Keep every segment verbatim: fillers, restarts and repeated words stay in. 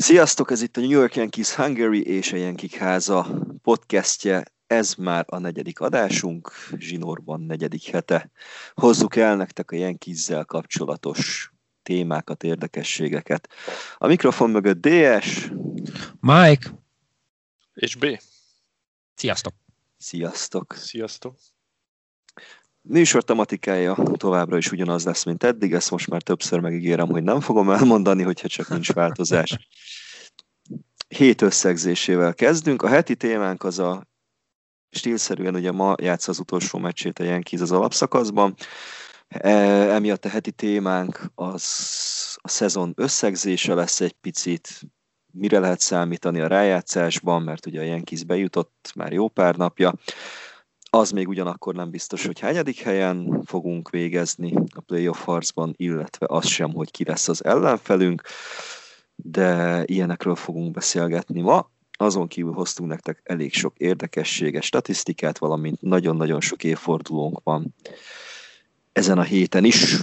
Sziasztok, ez itt a New York Yankees Hungary és a Yankeek háza podcastje. Ez már a negyedik adásunk, zsinórban negyedik hete. Hozzuk el nektek a Yankees-zel kapcsolatos témákat, érdekességeket. A mikrofon mögött dé es, Mike és B. Sziasztok! Sziasztok! Sziasztok! Műsor tematikája továbbra is ugyanaz lesz, mint eddig, ezt most már többször megígérem, hogy nem fogom elmondani, hogyha csak nincs változás. Hét összegzésével kezdünk. A heti témánk az a stílszerűen, ugye ma játsza az utolsó meccsét a Yankees az alapszakaszban. E, emiatt a heti témánk az a szezon összegzése lesz egy picit, mire lehet számítani a rájátszásban, mert ugye a Yankees bejutott már jó pár napja. Az még ugyanakkor nem biztos, hogy hányadik helyen fogunk végezni a playoff harcban, illetve az sem, hogy ki lesz az ellenfelünk, de ilyenekről fogunk beszélgetni ma. Azon kívül hoztunk nektek elég sok érdekességes statisztikát, valamint nagyon-nagyon sok évfordulónk van ezen a héten is.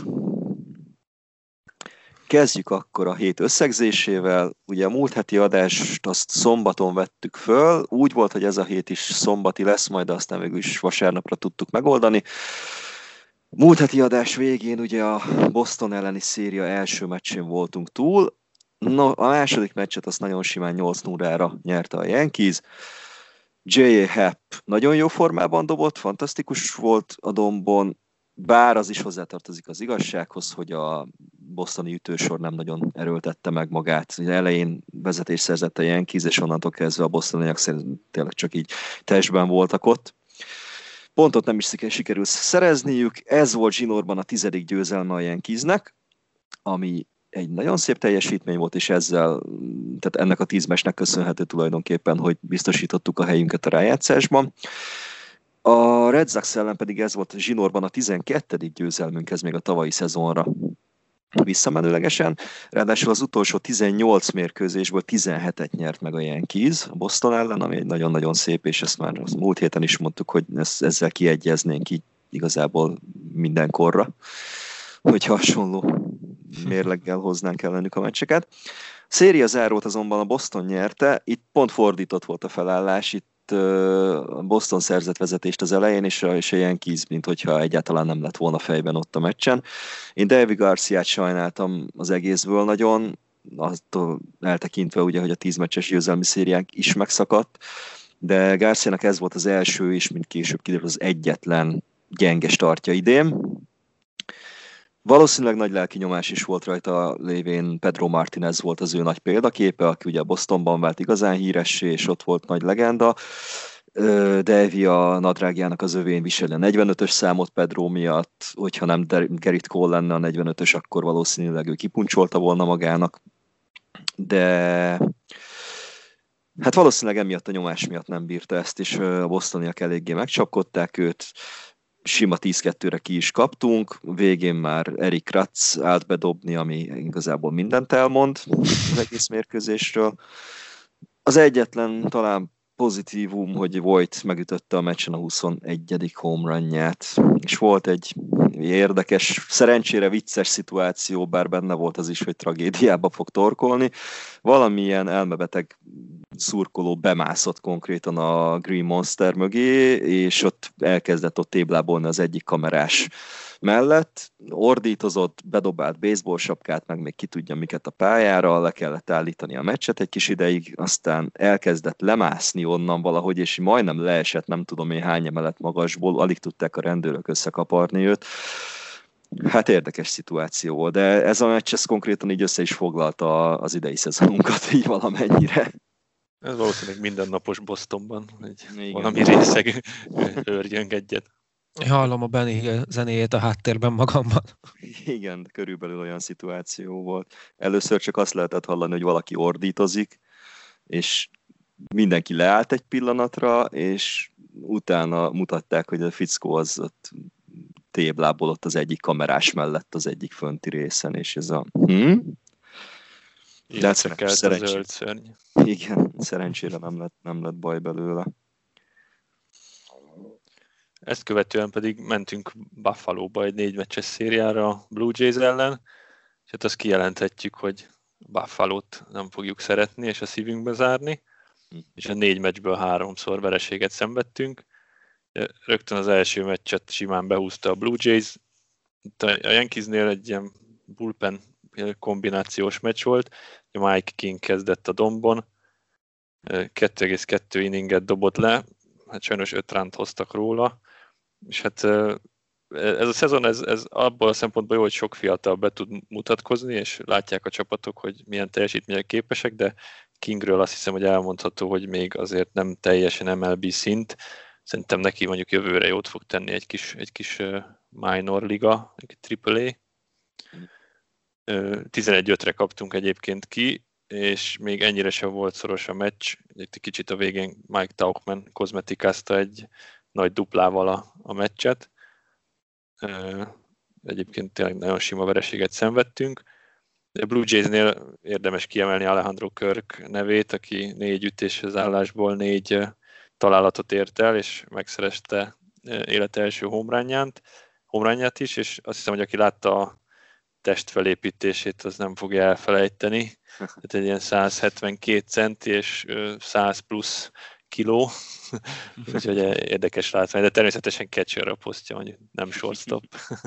Kezdjük akkor a hét összegzésével. Ugye a múlt heti adást azt szombaton vettük föl, úgy volt, hogy ez a hét is szombati lesz, majd aztán végül is vasárnapra tudtuk megoldani. Múlt heti adás végén ugye a Boston elleni széria első meccsén voltunk túl. No, a második meccset azt nagyon simán nyolc null-ra nyerte a Yankees. jé á. Happ nagyon jó formában dobott, fantasztikus volt a dombon, bár az is hozzátartozik az igazsághoz, hogy a bostoni ütősor nem nagyon erőltette meg magát. Ugye elején vezetés szerzett a Yankees, és onnantól kezdve a bostoniak szerint tényleg csak így testben voltak ott. Pontot nem is sikerült szerezniük, ez volt zsinórban a tizedik győzelme a Yankeesnek, ami egy nagyon szép teljesítmény volt, és ezzel, tehát ennek a tíz meccsnek köszönhető tulajdonképpen, hogy biztosítottuk a helyünket a rájátszásban. A Red Sox ellen pedig ez volt a zsinórban a tizenkettedik győzelmünk, ez még a tavalyi szezonra visszamenőlegesen. Ráadásul az utolsó tizennyolc mérkőzésből tizenhetet nyert meg a Yankees a Boston ellen, ami egy nagyon-nagyon szép, és ezt már múlt héten is mondtuk, hogy ezzel kiegyeznénk így igazából mindenkorra, hogy hasonló mérleggel hoznánk ellenük a meccseket. Széria zárót azonban a Boston nyerte, itt pont fordított volt a felállás, itt Boston szerzett vezetést az elején, és a, és a Yankees, mint hogyha egyáltalán nem lett volna fejben ott a meccsen. Én Deivi Garciát sajnáltam az egészből nagyon, attól eltekintve ugye, hogy a tíz meccses győzelmi szériánk is megszakadt, de Garciának ez volt az első, és mint később kiderült az egyetlen gyenge startja idén. Valószínűleg nagy lelki nyomás is volt rajta, lévén Pedro Martinez volt az ő nagy példaképe, aki ugye Bostonban vált igazán híressé, és ott volt nagy legenda. Deivi a nadrágjának az övén viseli a negyvenötös számot Pedro miatt, hogyha nem Gerrit Cole lenne a negyvenötös, akkor valószínűleg ő kipuncsolta volna magának. De hát valószínűleg emiatt a nyomás miatt nem bírta ezt, és a bostoniak eléggé megcsapkodták őt. Sima tíz kettőre ki is kaptunk, végén már Erik Kratz állt bedobni, ami igazából mindent elmond az egész mérkőzésről. Az egyetlen talán pozitívum, hogy Voit megütötte a meccsen a huszonegyedik home runját, és volt egy érdekes, szerencsére vicces szituáció, bár benne volt az is, hogy tragédiába fog torkolni. Valamilyen elmebeteg szurkoló bemászott konkrétan a Green Monster mögé, és ott elkezdett ott téblábolni az egyik kamerás mellett, ordítozott, bedobált baseball sapkát, meg még ki tudja miket a pályára, le kellett állítani a meccset egy kis ideig, aztán elkezdett lemászni onnan valahogy, és majdnem leesett, nem tudom én hány emelet magasból, alig tudták a rendőrök összekaparni őt. Hát érdekes szituáció volt, de ez a meccs ez konkrétan így össze is foglalta az idei szezonunkat így valamennyire. Ez valószínűleg mindennapos Bostonban, hogy Igen. Valami részeg őrjönk egyet. Hallom a Benny zenéjét a háttérben magamban. Igen, körülbelül olyan szituáció volt. Először csak azt lehetett hallani, hogy valaki ordítozik, és mindenki leállt egy pillanatra, és utána mutatták, hogy a fickó az ott téblából ott az egyik kamerás mellett az egyik fönti részen, és ez a... Hm? De szerencsére, szerencsére. A zöld szörny. Igen, szerencsére nem lett, nem lett baj belőle. Ezt követően pedig mentünk Buffalóba egy négy meccses szériára a Blue Jays ellen, és hát azt kijelenthetjük, hogy Buffalo-t nem fogjuk szeretni és a szívünkbe zárni, és a négy meccsből háromszor vereséget szenvedtünk. Rögtön az első meccset simán behúzta a Blue Jays. A Yankeesnél egy ilyen bullpen kombinációs meccs volt. Mike King kezdett a dombon, kettő egész kettő inninget dobott le, hát sajnos öt ránt hoztak róla, és hát ez a szezon ez, ez abból a szempontból jó, hogy sok fiatal be tud mutatkozni, és látják a csapatok, hogy milyen teljesítmények képesek, de Kingről azt hiszem, hogy elmondható, hogy még azért nem teljesen em el bé szint. Szerintem neki mondjuk jövőre jót fog tenni egy kis, egy kis minor liga, egy triple A. tizenegy ötre kaptunk egyébként ki, és még ennyire sem volt szoros a meccs. Egy kicsit a végén Mike Tauchman kozmetikázta egy nagy duplával a, a meccset. Egyébként tényleg nagyon sima vereséget szenvedtünk. A Blue Jaysnél érdemes kiemelni Alejandro Kirk nevét, aki négy ütéshez állásból négy találatot ért el, és megszerezte élete első homránját, homránját is, és azt hiszem, hogy aki látta a testfelépítését, az nem fogja elfelejteni. Tehát egy ilyen száz hetvenkét centi és száz plusz kiló, úgyhogy érdekes látvány, de természetesen catcher a posztja, hogy nem shortstop.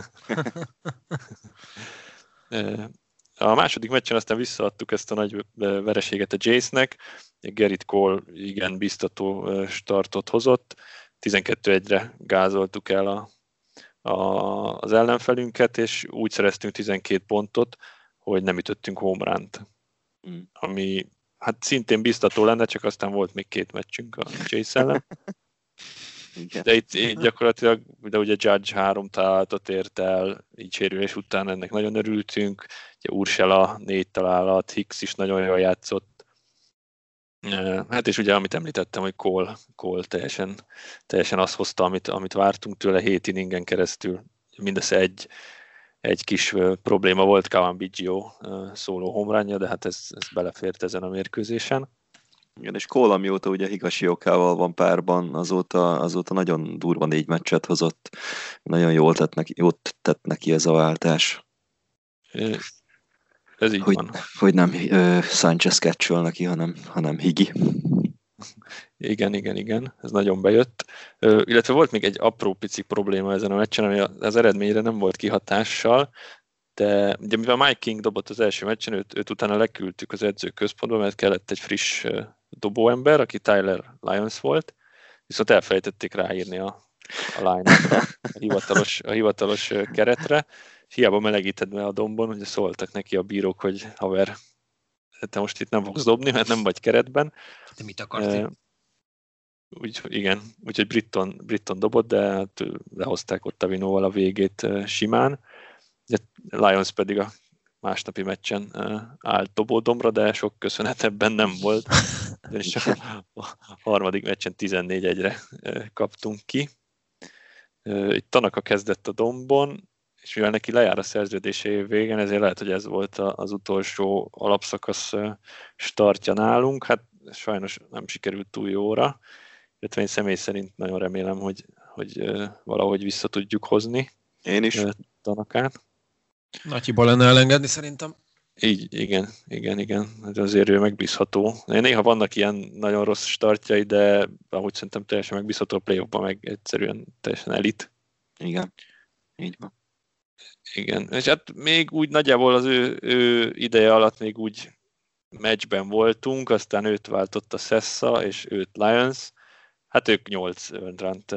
A második meccsen aztán visszaadtuk ezt a nagy vereséget a Jaysnek. Gerrit Cole igen biztató startot hozott, tizenkettő egyre gázoltuk el a, a, az ellenfelünket, és úgy szereztünk tizenkét pontot, hogy nem ütöttünk homerunt, mm. ami hát szintén biztató lenne, csak aztán volt még két meccsünk a Jays ellen. De itt, itt gyakorlatilag, de ugye Judge három találatot ért el, így sérülés után ennek nagyon örültünk. Ugye Urshela négy találat, Hicks is nagyon jól játszott. Hát és ugye amit említettem, hogy Cole, Cole teljesen, teljesen azt hozta, amit, amit vártunk tőle hét inningen keresztül. Mindössze egy, egy kis probléma volt Cavan Biggio szóló homránja, de hát ez, ez belefért ezen a mérkőzésen. Igen, és Cole, amióta ugye Higashioka-val van párban, azóta, azóta nagyon durva négy meccset hozott. Nagyon jól tett neki, jót tett neki ez a váltás. Ez így hogy, van. Hogy nem uh, Sanchez catch-öl neki, hanem, hanem Higi. Igen, igen, igen, ez nagyon bejött. Uh, illetve volt még egy apró pici probléma ezen a meccsen, ami az eredményre nem volt kihatással, de ugye mivel Mike King dobott az első meccsen, őt, őt utána leküldtük az edzőközpontba, mert kellett egy friss uh, dobóember, aki Tyler Lyons volt, viszont elfelejtették ráírni a, a line-ra, a hivatalos, a hivatalos uh, keretre, és hiába melegíted be a dombon, ugye szóltak neki a bírók, hogy haver, te most itt nem fogsz dobni, mert nem vagy keretben. De mit akarsz? Uh, úgy, igen, úgyhogy Britton, Britton dobott, de hát lehozták ott a Vinóval a végét uh, simán. Lions pedig a másnapi meccsen uh, állt dobódomra, de sok köszönet ebben nem volt. És a, a harmadik meccsen tizennégy egyre uh, kaptunk ki. Uh, itt Tanaka kezdett a dombon, és mivel neki lejár a szerződése év végén, ezért lehet, hogy ez volt az utolsó alapszakasz uh, startja nálunk. Hát sajnos nem sikerült túl jóra, illetve én személy szerint nagyon remélem, hogy, hogy uh, valahogy vissza tudjuk hozni. Én is. Uh, Tanakát. Nagy hiba lenne elengedni szerintem. Így, igen, igen, igen. Azért ő megbízható. Néha vannak ilyen nagyon rossz startjai, de ahogy szerintem teljesen megbízható, a play-offban meg egyszerűen teljesen elit. Igen, így van. Igen, és hát még úgy nagyjából az ő, ő ideje alatt még úgy meccsben voltunk, aztán őt váltott a Sessa, és őt Lions. Hát ők nyolc earned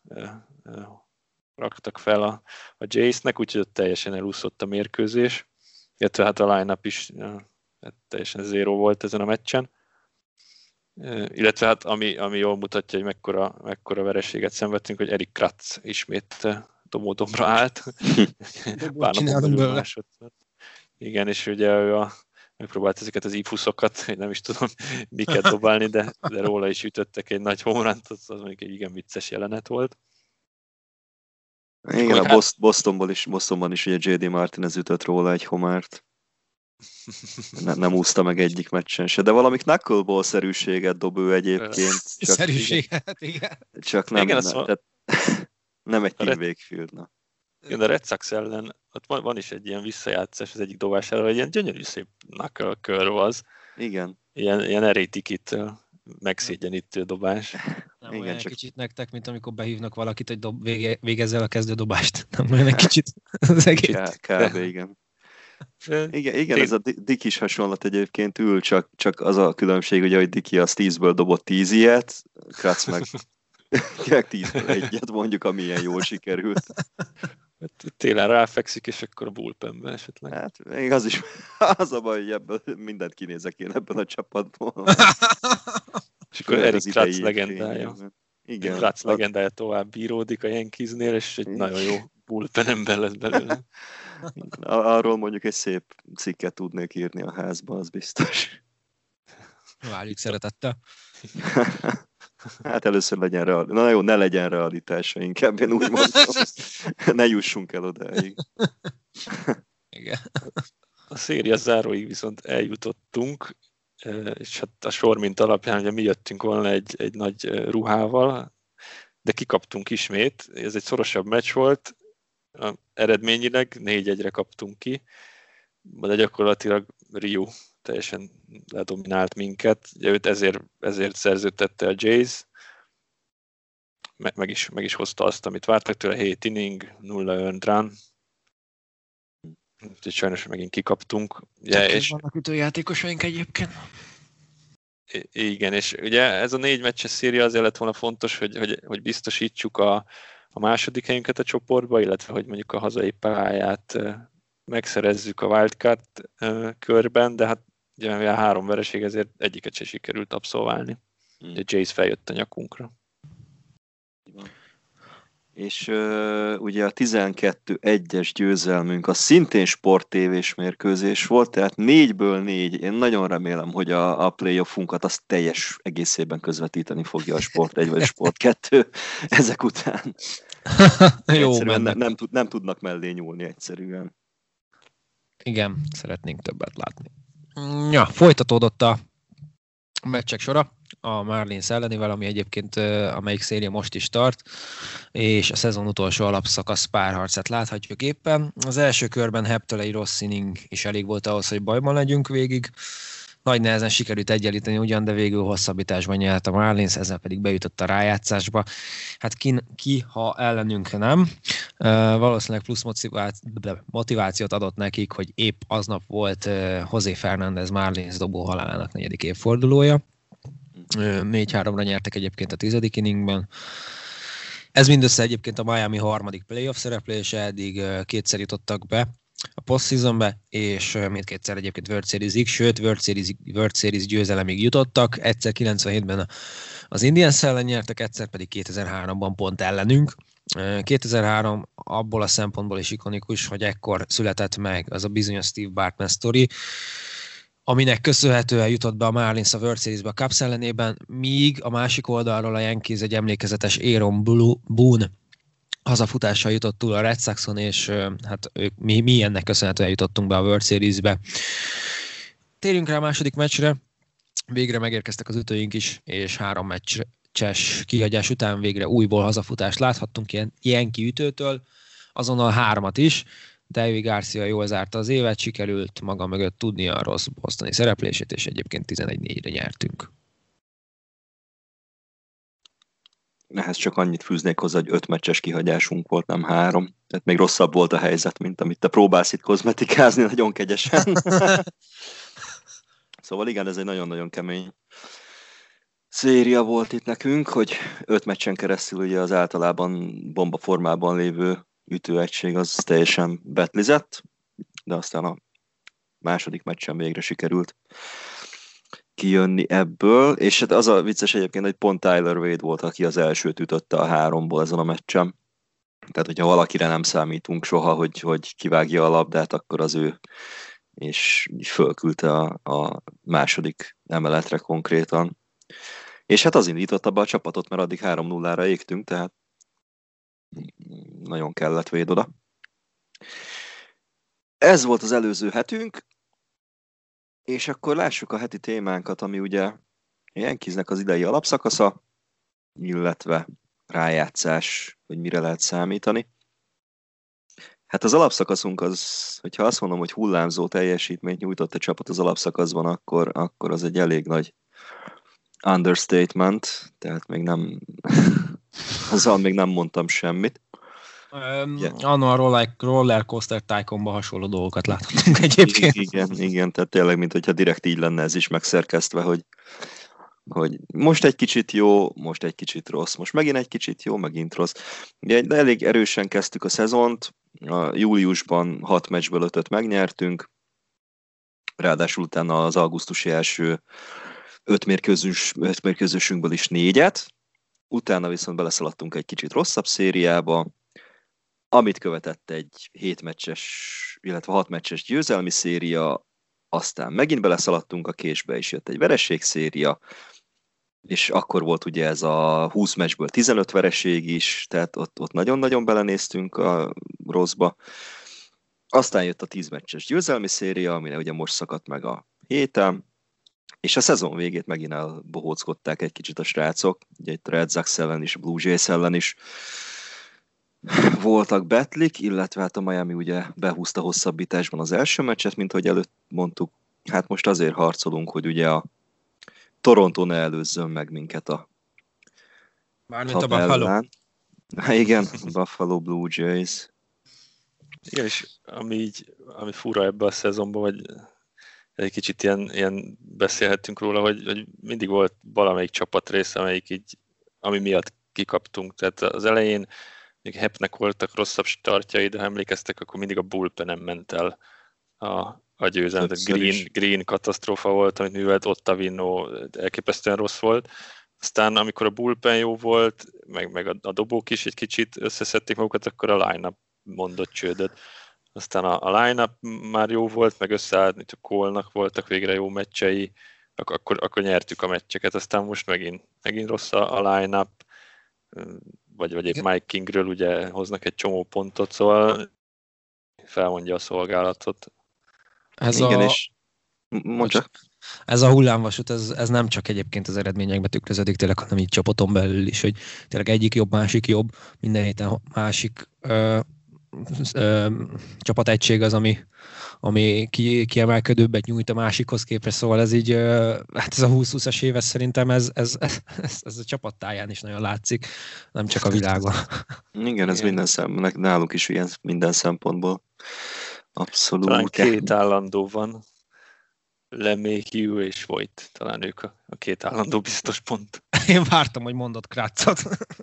raktak fel a, a Jaysnek, úgyhogy ott teljesen elúszott a mérkőzés, illetve hát a line-up is hát teljesen zéró volt ezen a meccsen. Illetve hát ami, ami jól mutatja, hogy mekkora, mekkora vereséget szenvedtünk, hogy Erik Kratz ismét domódomra állt. Pár napon belül másodszor. Igen, és ugye ő a, megpróbált ezeket az ifuszokat, hogy nem is tudom miket dobálni, de, de róla is ütöttek egy nagy homránt, az, az mondjuk egy igen vicces jelenet volt. Igen, a hát... Bostonból is, Bostonban is ugye jé dé Martinez ütött róla egy homárt. Ne, nem úszta meg egyik meccsen se, de valamik knuckleball-szerűséget dob ő egyébként. Csak, szerűséget, igen. Csak nem, igen, nem, tehát, nem egy Tim Wakefield. Na. Igen, a Red Sox ellen ott van, van is egy ilyen visszajátszás az egyik dobására, egy ilyen gyönyörű szép knuckle curve az. Igen. Ilyen, ilyen erétikítő, megszégyenítő dobás. Nem Igen, olyan csak- kicsit nektek, mint amikor behívnak valakit, hogy dob, vége, végezze el a kezdődobást. Nem olyan egy kicsit az egész. K- kb. Igen. Igen, igen, ez a Di- Dickie-s hasonlat egyébként ül, csak, csak az a különbség, ugye, hogy Dickie az tízből dobott tíz ilyet, Kratz meg, meg tízből egyet mondjuk, ami ilyen jól sikerült. Hát télen ráfekszik, és akkor a bullpenben esetleg. Hát még az is, az a baj, hogy ebből mindent kinézek én ebben a csapatból. És akkor Főleg Eric az Kratz idei legendája. fényében. Igen. Kratz a- legendája tovább bíródik a Yankeesnél, és egy Igen. nagyon jó bullpen ember lesz belőle. Arról mondjuk egy szép cikket tudnék írni a házba, az biztos. Várjuk szeretettel. Hát először legyen realitás. Na jó, ne legyen realitása, inkább én úgy mondom. Ne jussunk el odáig. Igen. A széria záróig viszont eljutottunk, és hát a sor mint alapján, ugye mi jöttünk volna egy, egy nagy ruhával, de kikaptunk ismét. Ez egy szorosabb meccs volt, eredményileg négy egyre kaptunk ki, de gyakorlatilag Ryu teljesen ledominált minket. Ugye őt ezért, ezért szerződtette a Jays, meg, meg, is, meg is hozta azt, amit vártak tőle, hét inning, nulla earned run. Úgyhogy sajnos megint kikaptunk. Ugye, Csak és, vannak ütőjátékosaink egyébként. igen, és ugye ez a négy meccses széria azért lett volna fontos, hogy, hogy, hogy biztosítsuk a, a második helyünket a csoportba, illetve hogy mondjuk a hazai pályát megszerezzük a wildcard körben, de hát ugye mivel három vereség, ezért egyiket se sikerült abszolválni. Hmm. A Jays feljött a nyakunkra. És uh, ugye a tizenkettő egyes győzelmünk a szintén sporttévés mérkőzés volt, tehát négyből négy. Én nagyon remélem, hogy a, a playoff-unkat azt teljes egészében közvetíteni fogja a Sport egy vagy a Sport kettő ezek után. Jó, Egyszerűen mennek. nem, nem, tud, nem tudnak mellé nyúlni egyszerűen. Igen, szeretnénk többet látni. Ja, folytatódott a meccsek sora a Marlins ellenivel, ami egyébként amelyik széria most is tart, és a szezon utolsó alapszakasz párharcát láthatjuk éppen. Az első körben Heptől egy rossz inning is elég volt ahhoz, hogy bajban legyünk végig. Nagy nehezen sikerült egyenlíteni ugyan, de végül hosszabbításban nyert a Marlins, ezzel pedig bejutott a rájátszásba. Hát ki, ki ha ellenünk nem. Uh, valószínűleg plusz motivációt adott nekik, hogy épp aznap volt uh, José Fernández Marlins dobó halálának negyedik évfordulója. Uh, négy háromra nyertek egyébként a tizedik inningben. Ez mindössze egyébként a Miami harmadik playoff szereplése, eddig uh, kétszer jutottak be a postseasonbe, és mindkétszer egyébként World Series-ig, sőt World Series, World Series győzelemig jutottak, egyszer kilencvenhétben az Indians ellen nyertek, egyszer pedig kétezer-háromban pont ellenünk. kétezer-három abból a szempontból is ikonikus, hogy ekkor született meg az a bizonyos Steve Bartman sztori, aminek köszönhetően jutott be a Marlins a World Series-be a Cubs ellenében, míg a másik oldalról a Yankees egy emlékezetes Aaron Boone hazafutással jutott túl a Red Soxon, és hát ők, mi, mi ennek köszönhetően jutottunk be a World Series-be. Térjünk rá a második meccsre. Végre megérkeztek az ütőink is, és három meccses kihagyás után végre újból hazafutást láthattunk ilyen Yankee ütőtől, azonnal hármat is. Deivi Garcia jól zárta az évet, sikerült maga mögött tudni a rossz bostoni szereplését, és egyébként tizenegy négyre nyertünk. Ehhez csak annyit fűznék hozzá, hogy öt meccses kihagyásunk volt, nem három. Tehát még rosszabb volt a helyzet, mint amit te próbálsz itt kozmetikázni, nagyon kegyesen. Szóval igen, ez egy nagyon-nagyon kemény széria volt itt nekünk, hogy öt meccsen keresztül ugye az általában bomba formában lévő ütőegység az teljesen betlizett, de aztán a második meccsen végre sikerült kijönni ebből, és hát az a vicces egyébként, hogy pont Tyler Wade volt, aki az elsőt ütötte a háromból ezen a meccsen. Tehát, hogyha valakire nem számítunk soha, hogy, hogy kivágja a labdát, akkor az ő, és fölküldte a, a második emeletre konkrétan. És hát az indította be a csapatot, mert addig három nullára égtünk, tehát nagyon kellett Wade oda. Ez volt az előző hetünk, és akkor lássuk a heti témánkat, ami ugye Yankeesnek az idei alapszakasza, illetve rájátszás, hogy mire lehet számítani. Hát az alapszakaszunk az, hogyha azt mondom, hogy hullámzó teljesítményt nyújtott a csapat az alapszakaszban, akkor, akkor az egy elég nagy understatement, tehát még nem, azzal még nem mondtam semmit. Um, yeah. Anno a roller, roller coaster tycoonban hasonló dolgokat láthatunk egyébként. Igen, igen, tehát tényleg, mint hogyha direkt így lenne ez is megszerkesztve, hogy, hogy most egy kicsit jó, most egy kicsit rossz, most megint egy kicsit jó, megint rossz. Ugye elég erősen kezdtük a szezont, a júliusban hat meccsből ötöt megnyertünk, ráadásul utána az augusztusi első öt, mérkőzős, öt mérkőzősünkből is négyet, utána viszont beleszaladtunk egy kicsit rosszabb szériába, amit követett egy hét meccses, illetve hat meccses győzelmi széria, aztán megint beleszaladtunk a késbe, és jött egy vereségszéria, és akkor volt ugye ez a húsz meccsből tizenöt vereség is, tehát ott, ott nagyon-nagyon belenéztünk a rosszba. Aztán jött a tíz meccses győzelmi széria, amire ugye most szakadt meg a héten, és a szezon végét megint elbohóckodták egy kicsit a srácok, ugye itt a Red Sox ellen is, a Blue Jays ellen is voltak betlik, illetve hát a Miami ugye behúzta hosszabbításban az első meccset, mint ahogy előtt mondtuk. Hát most azért harcolunk, hogy ugye a Toronto ne előzzön meg minket a Mármint a Buffalo. Igen, Buffalo Blue Jays. Igen, és ami, így, ami fura ebbe a szezonban, vagy egy kicsit ilyen, ilyen beszélhettünk róla, hogy, hogy mindig volt valamelyik csapat része, amelyik így, ami miatt kikaptunk. Tehát az elején még Hepnek voltak rosszabb startjai, de ha emlékeztek, akkor mindig a bullpenem ment el a, a győzelem. Green, Green katasztrófa volt, amit művelt Ottavino elképesztően rossz volt. Aztán amikor a bullpen jó volt, meg, meg a, a dobók is egy kicsit összeszedték magukat, akkor a line-up mondott csődöt. Aztán a, a line-up már jó volt, meg összeállt, mint a Cole-nak voltak végre jó meccsei, ak- akkor, akkor nyertük a meccseket. Aztán most megint, megint rossz a, a line-up, vagy, vagy egy Mike Kingről ugye hoznak egy csomó pontot, szóval felmondja a szolgálatot. Ez Igen, a... és mondd csak. Ez a hullámvasút, ez, ez nem csak egyébként az eredményekbe tükröződik tényleg, hanem így csapaton belül is, hogy tényleg egyik jobb, másik jobb, minden héten másik ö, ö, csapategység az, ami, ami ki, kiemelkedőbbet nyújt a másikhoz képest, szóval ez így, ö, hát ez a húsz-húszas éves szerintem ez, ez, ez, ez a csapattáján is nagyon látszik, nem csak a világon. Igen, ez minden szempontból, nálunk is ilyen minden szempontból. Abszolút. Talán két állandó van. Lemé, Hugh és Voigt, talán ők a, a két állandó biztos pont. Én vártam, hogy mondott Kratzot.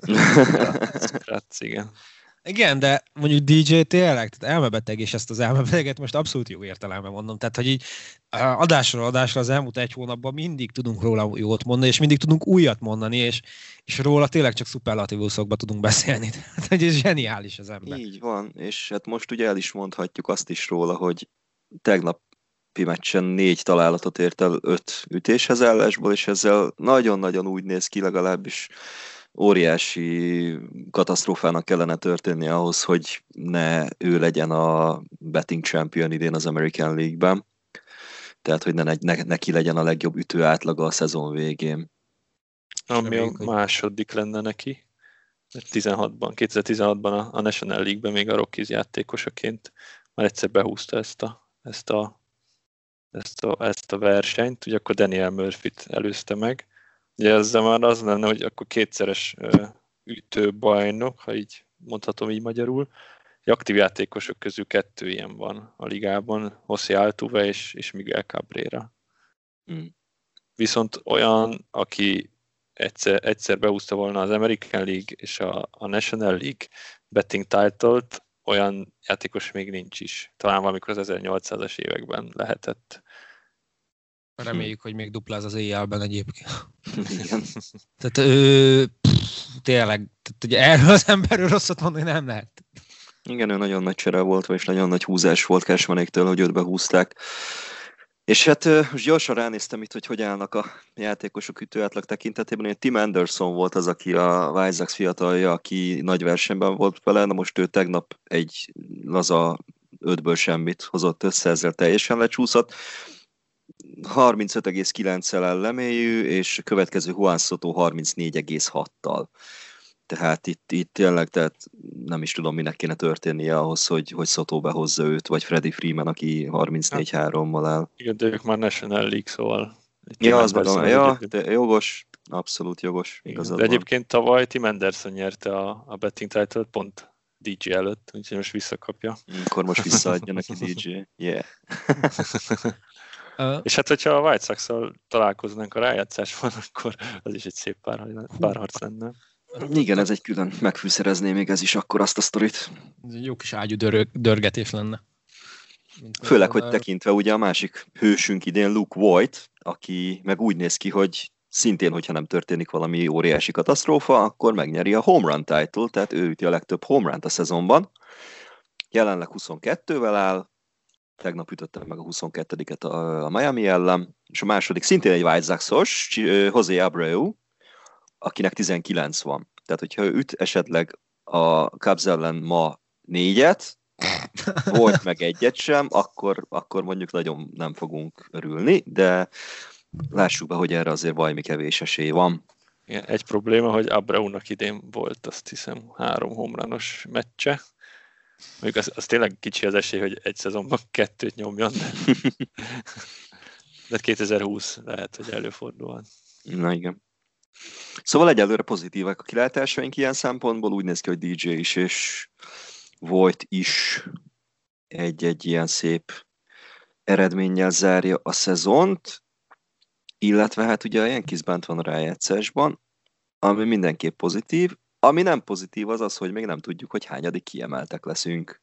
Kratz, igen. Igen, de mondjuk dé dzsé tényleg, tehát elmebeteg, és ezt az elmebeteget most abszolút jó értelemben mondom. Tehát, hogy így adásról adásra az elmúlt egy hónapban mindig tudunk róla jót mondani, és mindig tudunk újat mondani, és, és róla tényleg csak szuperlatívuszokban tudunk beszélni. Tehát, hogy ez zseniális az ember. Így van, és hát most ugye el is mondhatjuk azt is róla, hogy tegnap meccsen négy találatot ért el öt ütéshez állásból, és ezzel nagyon-nagyon úgy néz ki, legalábbis óriási katasztrófának kellene történnie ahhoz, hogy ne ő legyen a betting champion idén az American League-ben. Tehát, hogy ne, ne, neki legyen a legjobb ütő átlaga a szezon végén. Ami a második lenne neki. tizenhatban, kétezer-tizenhatban a, a National League-ben még a Rockies játékosaként már egyszer behúzta ezt a, ezt a Ezt a, ezt a versenyt, ugye akkor Daniel Murphy-t előzte meg. Ugye ezzel már az lenne, hogy akkor kétszeres uh, ütőbajnok, ha így mondhatom így magyarul. Egy aktív játékosok közül kettő ilyen van a ligában, José Altuve és, és Miguel Cabrera. Mm. Viszont olyan, aki egyszer, egyszer behúzta volna az American League és a, a National League betting title-t, olyan játékos még nincs is. Talán valamikor az ezernyolcszázas években lehetett. Reméljük, hogy még dupláz az éjjelben egyébként. Igen. Tehát ő, pff, tényleg, tehát, ugye erről az emberről rosszat mondani nem lehet. Igen, ő nagyon nagy csere volt, és nagyon nagy húzás volt Cashmanéktől, hogy őt behúzták. És hát most gyorsan ránéztem itt, hogy hogy állnak a játékosok ütőátlag tekintetében. Én Tim Anderson volt az, aki a White Sox fiatalja, aki nagy versenyben volt vele, de most ő tegnap egy laza ötből semmit hozott össze, ezzel teljesen lecsúszott. harmincöt egész kilenccel lemélyű, és a következő Juan Soto harmincnégy egész hattal. Tehát itt, itt tényleg, tehát nem is tudom, minek kéne történnie ahhoz, hogy, hogy Soto behozza őt, vagy Freddie Freeman, aki harmincnégy hárommal áll. Igen, de ők már National League, szóval... Ja, az meg a, ja, de jogos, abszolút jogos, igazad de egyébként tavaly Tim Anderson nyerte a, a betting title-t pont dé jé előtt, úgyhogy most visszakapja. Akkor most visszaadja neki dé jé. Yeah. Uh, És hát, hogyha a White Sox-szal találkoznánk a rájátszásban, akkor az is egy szép pár, párharc lenne. Igen, ez egy külön megfűszerezné még ez is akkor azt a sztorit. Ez egy jó kis ágyú dörög, dörgetés lenne. Főleg, hogy tekintve ugye a másik hősünk idén Luke Voigt, aki meg úgy néz ki, hogy szintén, hogyha nem történik valami óriási katasztrófa, akkor megnyeri a home run title, tehát ő üti a legtöbb home runt a szezonban. Jelenleg huszonkettővel áll, tegnap ütötte meg a huszonkettőt a Miami ellen, és a második szintén egy White Sox-os, José Abreu, akinek tizenkilenc van. Tehát, hogyha ő üt esetleg a Cubs ellen ma négyet, volt meg egyet sem, akkor, akkor mondjuk nagyon nem fogunk örülni, de lássuk be, hogy erre azért valami kevés esély van. Igen, egy probléma, hogy Abreunak idén volt, azt hiszem, három homrános meccse. Mondjuk az, az tényleg kicsi az esély, hogy egy szezonban kettőt nyomjon, de, de kétezer-húsz lehet, hogy előfordul. Na igen. Szóval egyelőre pozitívak a kilátásaink ilyen szempontból, úgy néz ki, hogy dé jé is és Voigt is egy-egy ilyen szép eredménnyel zárja a szezont, illetve hát ugye a Yankees bent van a rájátszásban, ami mindenképp pozitív. Ami nem pozitív az az, hogy még nem tudjuk, hogy hányadik kiemeltek leszünk.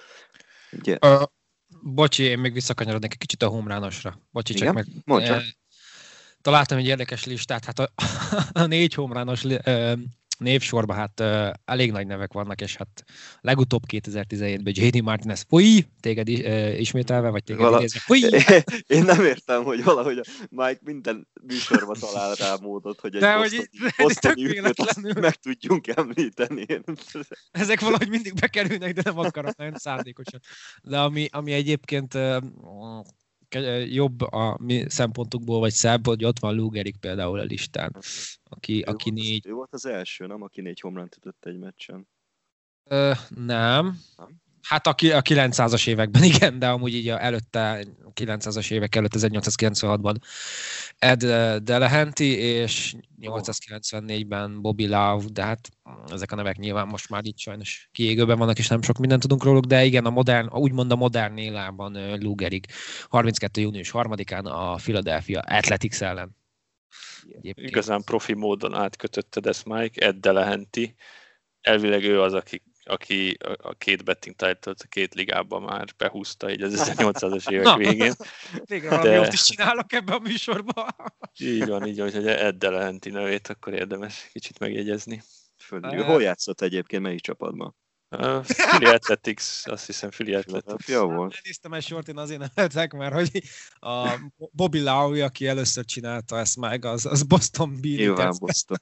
Ugye? Uh, bocsi, én még visszakanyarodnék egy kicsit a homránosra. Bocsi, csak meg... Mondd csak. Találtam egy érdekes listát, hát a, a négy homrános uh, névsorban hát uh, elég nagy nevek vannak, és hát legutóbb kétezer-tizenhétben jé dé Martinez, fúj, téged is, uh, ismételve, vagy téged Vala... idézve, fúj! Én nem értem, hogy valahogy a Mike minden műsorban talál rá módot, hogy egy de bostoni, bostoni ügyet meg tudjunk említeni. Ezek valahogy mindig bekerülnek, de nem akarok, nagyon szándékosan. De ami, ami egyébként uh, jobb a mi szempontukból, vagy szebb, hogy ott van Lou Gehrig például a listán, aki, ő, aki volt négy... Az, ő volt az első, nem? Aki négy home runt ütött egy meccsen. Ö, nem. nem. Hát a, a kilencszázas években, igen, de amúgy így a előtte, a kilencszázas évek előtt, ezernyolcszázkilencvenhatban Ed Delahanty, és nyolcszázkilencvennégyben Bobby Love, de hát ezek a nevek nyilván most már itt sajnos kiégőben vannak, és nem sok mindent tudunk róluk, de igen, a modern, úgymond a modern élában Lou Gehrig harminckettő június harmadikán a Philadelphia Athletics ellen. Egyébként. Igazán profi módon átkötötted ezt, Mike, Ed Delahanty. Elvileg ő az, aki aki a két betting title-t a két ligában már behúzta így az ezernyolcszázas évek Na, végén. Végre valami de... jót is csinálok ebben a műsorban. Így van, így van, hogy Ed Delahanty nevét akkor érdemes kicsit megjegyezni. Földön. Uh, hol játszott egyébként, melyik csapatban? Uh, Philly Athletics, azt hiszem Philly Athletics. Jó volt. Elnéztem egy sort, én azért nevetek, mert hogy a Bobby Lowry, aki először csinálta ezt meg, az, az Boston Beat. Nyilván Boston.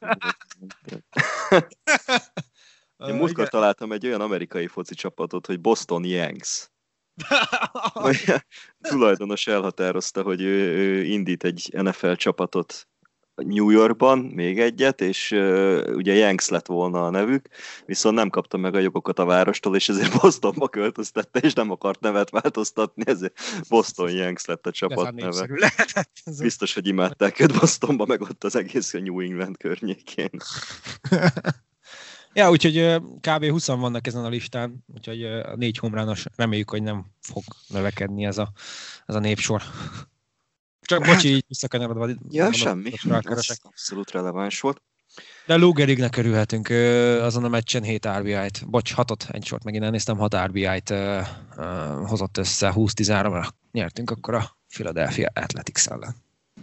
Én múltkor találtam egy olyan amerikai foci csapatot, hogy Boston Yanks. A tulajdonos elhatározta, hogy ő, ő indít egy en ef el csapatot New Yorkban, még egyet, és uh, ugye Yanks lett volna a nevük, viszont nem kapta meg a jogokat a várostól, és ezért Bostonba költöztette, és nem akart nevet változtatni, ezért Boston Yanks lett a csapat neve. Biztos, hogy imádták őt Bostonba, meg ott az egész New England környékén. Ja, úgyhogy kb. húszan vannak ezen a listán, úgyhogy a négy homrános, reméljük, hogy nem fog növekedni ez a, ez a névsor. Csak bocsi, így visszakanyarodva. Ja, mondom, semmi, ez abszolút releváns volt. De Lou Gehrignek örülhetünk, azon a meccsen hét er bé í-t, bocs, hatot, egy sort megint elnéztem, hat er bé í-t uh, uh, hozott össze, húsz tizenháromra nyertünk akkor a Philadelphia Athletics ellen.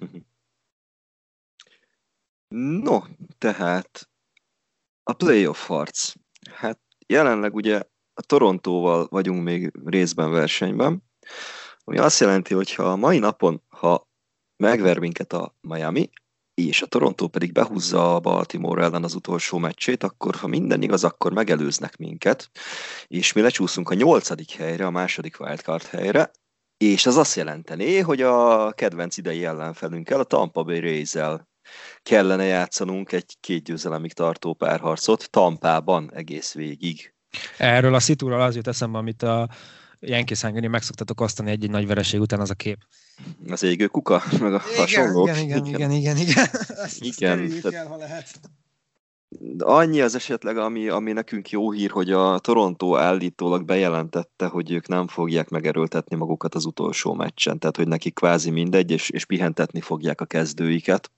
No, tehát a playoff harc. Hát jelenleg ugye a Torontóval vagyunk még részben versenyben, ami azt jelenti, hogy ha a mai napon, ha megver minket a Miami, és a Toronto pedig behúzza a Baltimore ellen az utolsó meccsét, akkor ha minden igaz, akkor megelőznek minket, és mi lecsúszunk a nyolcadik helyre, a második wildcard helyre, és ez azt jelentené, hogy a kedvenc idei ellenfelünkkel, a Tampa Bay Rays-el kellene játszanunk egy két győzelemig tartó párharcot Tampában egész végig. Erről a szitúról az jut eszembe, amit a Yankees Hungary meg szoktatok osztani egy-egy nagy vereség után, az a kép. Az égő kuka, meg a hasonlók. Igen, igen, igen, igen, igen. Ezt igen. Tehát... el, ha lehet. Annyi az esetleg, ami, ami nekünk jó hír, hogy a Toronto állítólag bejelentette, hogy ők nem fogják megerőltetni magukat az utolsó meccsen, tehát hogy nekik kvázi mindegy, és, és pihentetni fogják a kezdőiket.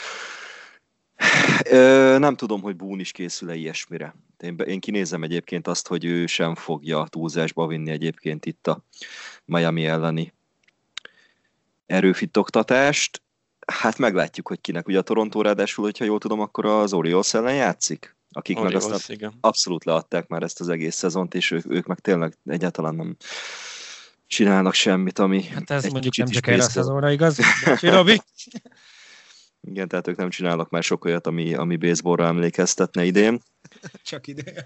Ö, nem tudom, hogy Boone is készül-e ilyesmire. Én, én kinézem egyébként azt, hogy ő sem fogja túlzásba vinni egyébként itt a Miami elleni erőfitoktatást. Hát meglátjuk, hogy kinek. Ugye a Toronto ráadásul, hogyha jól tudom, akkor az Orioles ellen játszik, akik Orioles, meg aztán igen. abszolút leadták már ezt az egész szezont, és ők, ők meg tényleg egyáltalán nem csinálnak semmit, ami hát ez mondjuk nem is csak erre a szezonra igaz. Bocsi, Robi. Igen, tehát ők nem csinálnak már sok olyat, ami, ami baseballra emlékeztetne idén. Csak idén.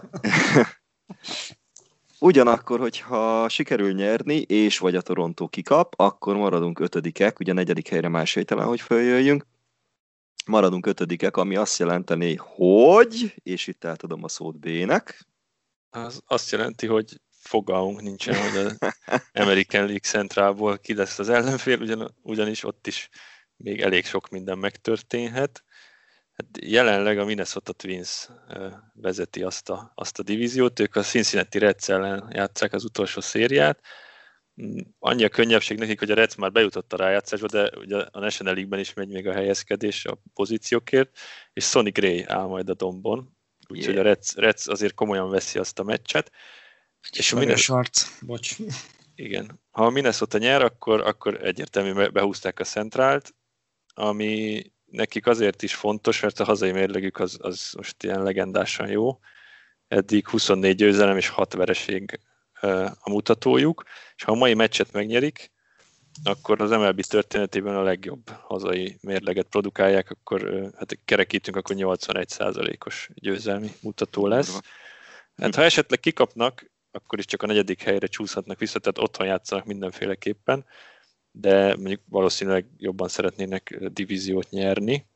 Ugyanakkor, hogyha sikerül nyerni, és vagy a Toronto kikap, akkor maradunk ötödikek, ugye negyedik helyre más helytelen, hogy följöjjünk. Maradunk ötödikek, ami azt jelenteni, hogy, és itt átadom a szót B-nek. Az azt jelenti, hogy fogalmunk nincsen, hogy az American League Centralból ki lesz az ellenfél, ugyan, ugyanis ott is még elég sok minden megtörténhet. Hát jelenleg a Minnesota Twins vezeti azt a, azt a divíziót, ők a Cincinnati Reds ellen játsszák az utolsó szériát. Annyi a könnyebbség nekik, hogy a Reds már bejutott a rájátszásba, de ugye a National League-ben is megy még a helyezkedés a pozíciókért, és Sonny Gray áll majd a dombon, úgyhogy yeah. a Reds, Reds azért komolyan veszi azt a meccset. És a Minnesota... Bocs. Igen. Ha a Minnesota nyer, akkor, akkor egyértelműen behúzták a Centrált, ami nekik azért is fontos, mert a hazai mérlegük az, az most ilyen legendásan jó. Eddig huszonnégy győzelem és hat vereség a mutatójuk, és ha a mai meccset megnyerik, akkor az em el bé történetében a legjobb hazai mérleget produkálják, akkor hát kerekítünk, akkor nyolcvanegy százalékos győzelmi mutató lesz. Hát ha esetleg kikapnak, akkor is csak a negyedik helyre csúszhatnak vissza, tehát otthon játszanak mindenféleképpen, de mondjuk valószínűleg jobban szeretnének divíziót nyerni.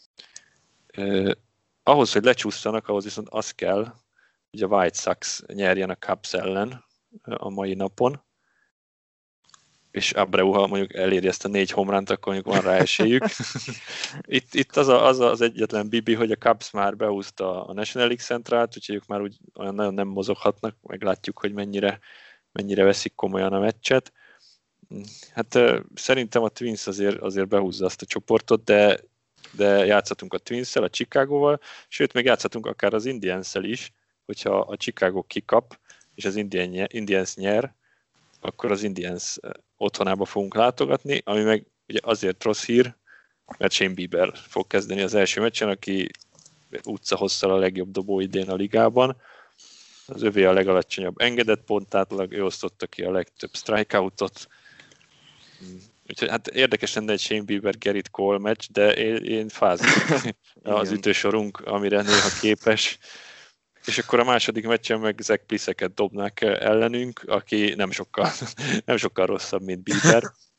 Eh, ahhoz, hogy lecsúszanak, ahhoz viszont az kell, hogy a White Sox nyerjen a Cubs ellen a mai napon, és Abreu, ha mondjuk eléri ezt a négy homránt, akkor mondjuk van rá esélyük. itt itt az, a, az az egyetlen bibi, hogy a Cubs már behúzta a National League Centralt, úgyhogy ők már úgy olyan nagyon nem mozoghatnak, meglátjuk, hogy mennyire, mennyire veszik komolyan a meccset. Hát szerintem a Twins azért, azért behúzza azt a csoportot, de, de játszhatunk a Twins-szel, a Chicagóval, sőt, még játszhatunk akár az Indians-szel is, hogyha a Chicago kikap, és az Indians nyer, akkor az Indians otthonába fogunk látogatni, ami meg ugye azért rossz hír, mert Shane Bieber fog kezdeni az első meccsen, aki utcahosszal a legjobb dobó idén a ligában. Az övé a legalacsonyabb engedett pontátlag, ő osztotta ki a legtöbb strikeoutot. Úgyhogy hát érdekes lenne egy Shane Bieber-Gerrit Cole meccs, de én, én fázom az ütősorunk, amire néha képes. És akkor a második meccsen meg Zach Plisseket dobnák ellenünk, aki nem sokkal, nem sokkal rosszabb, mint Bieber.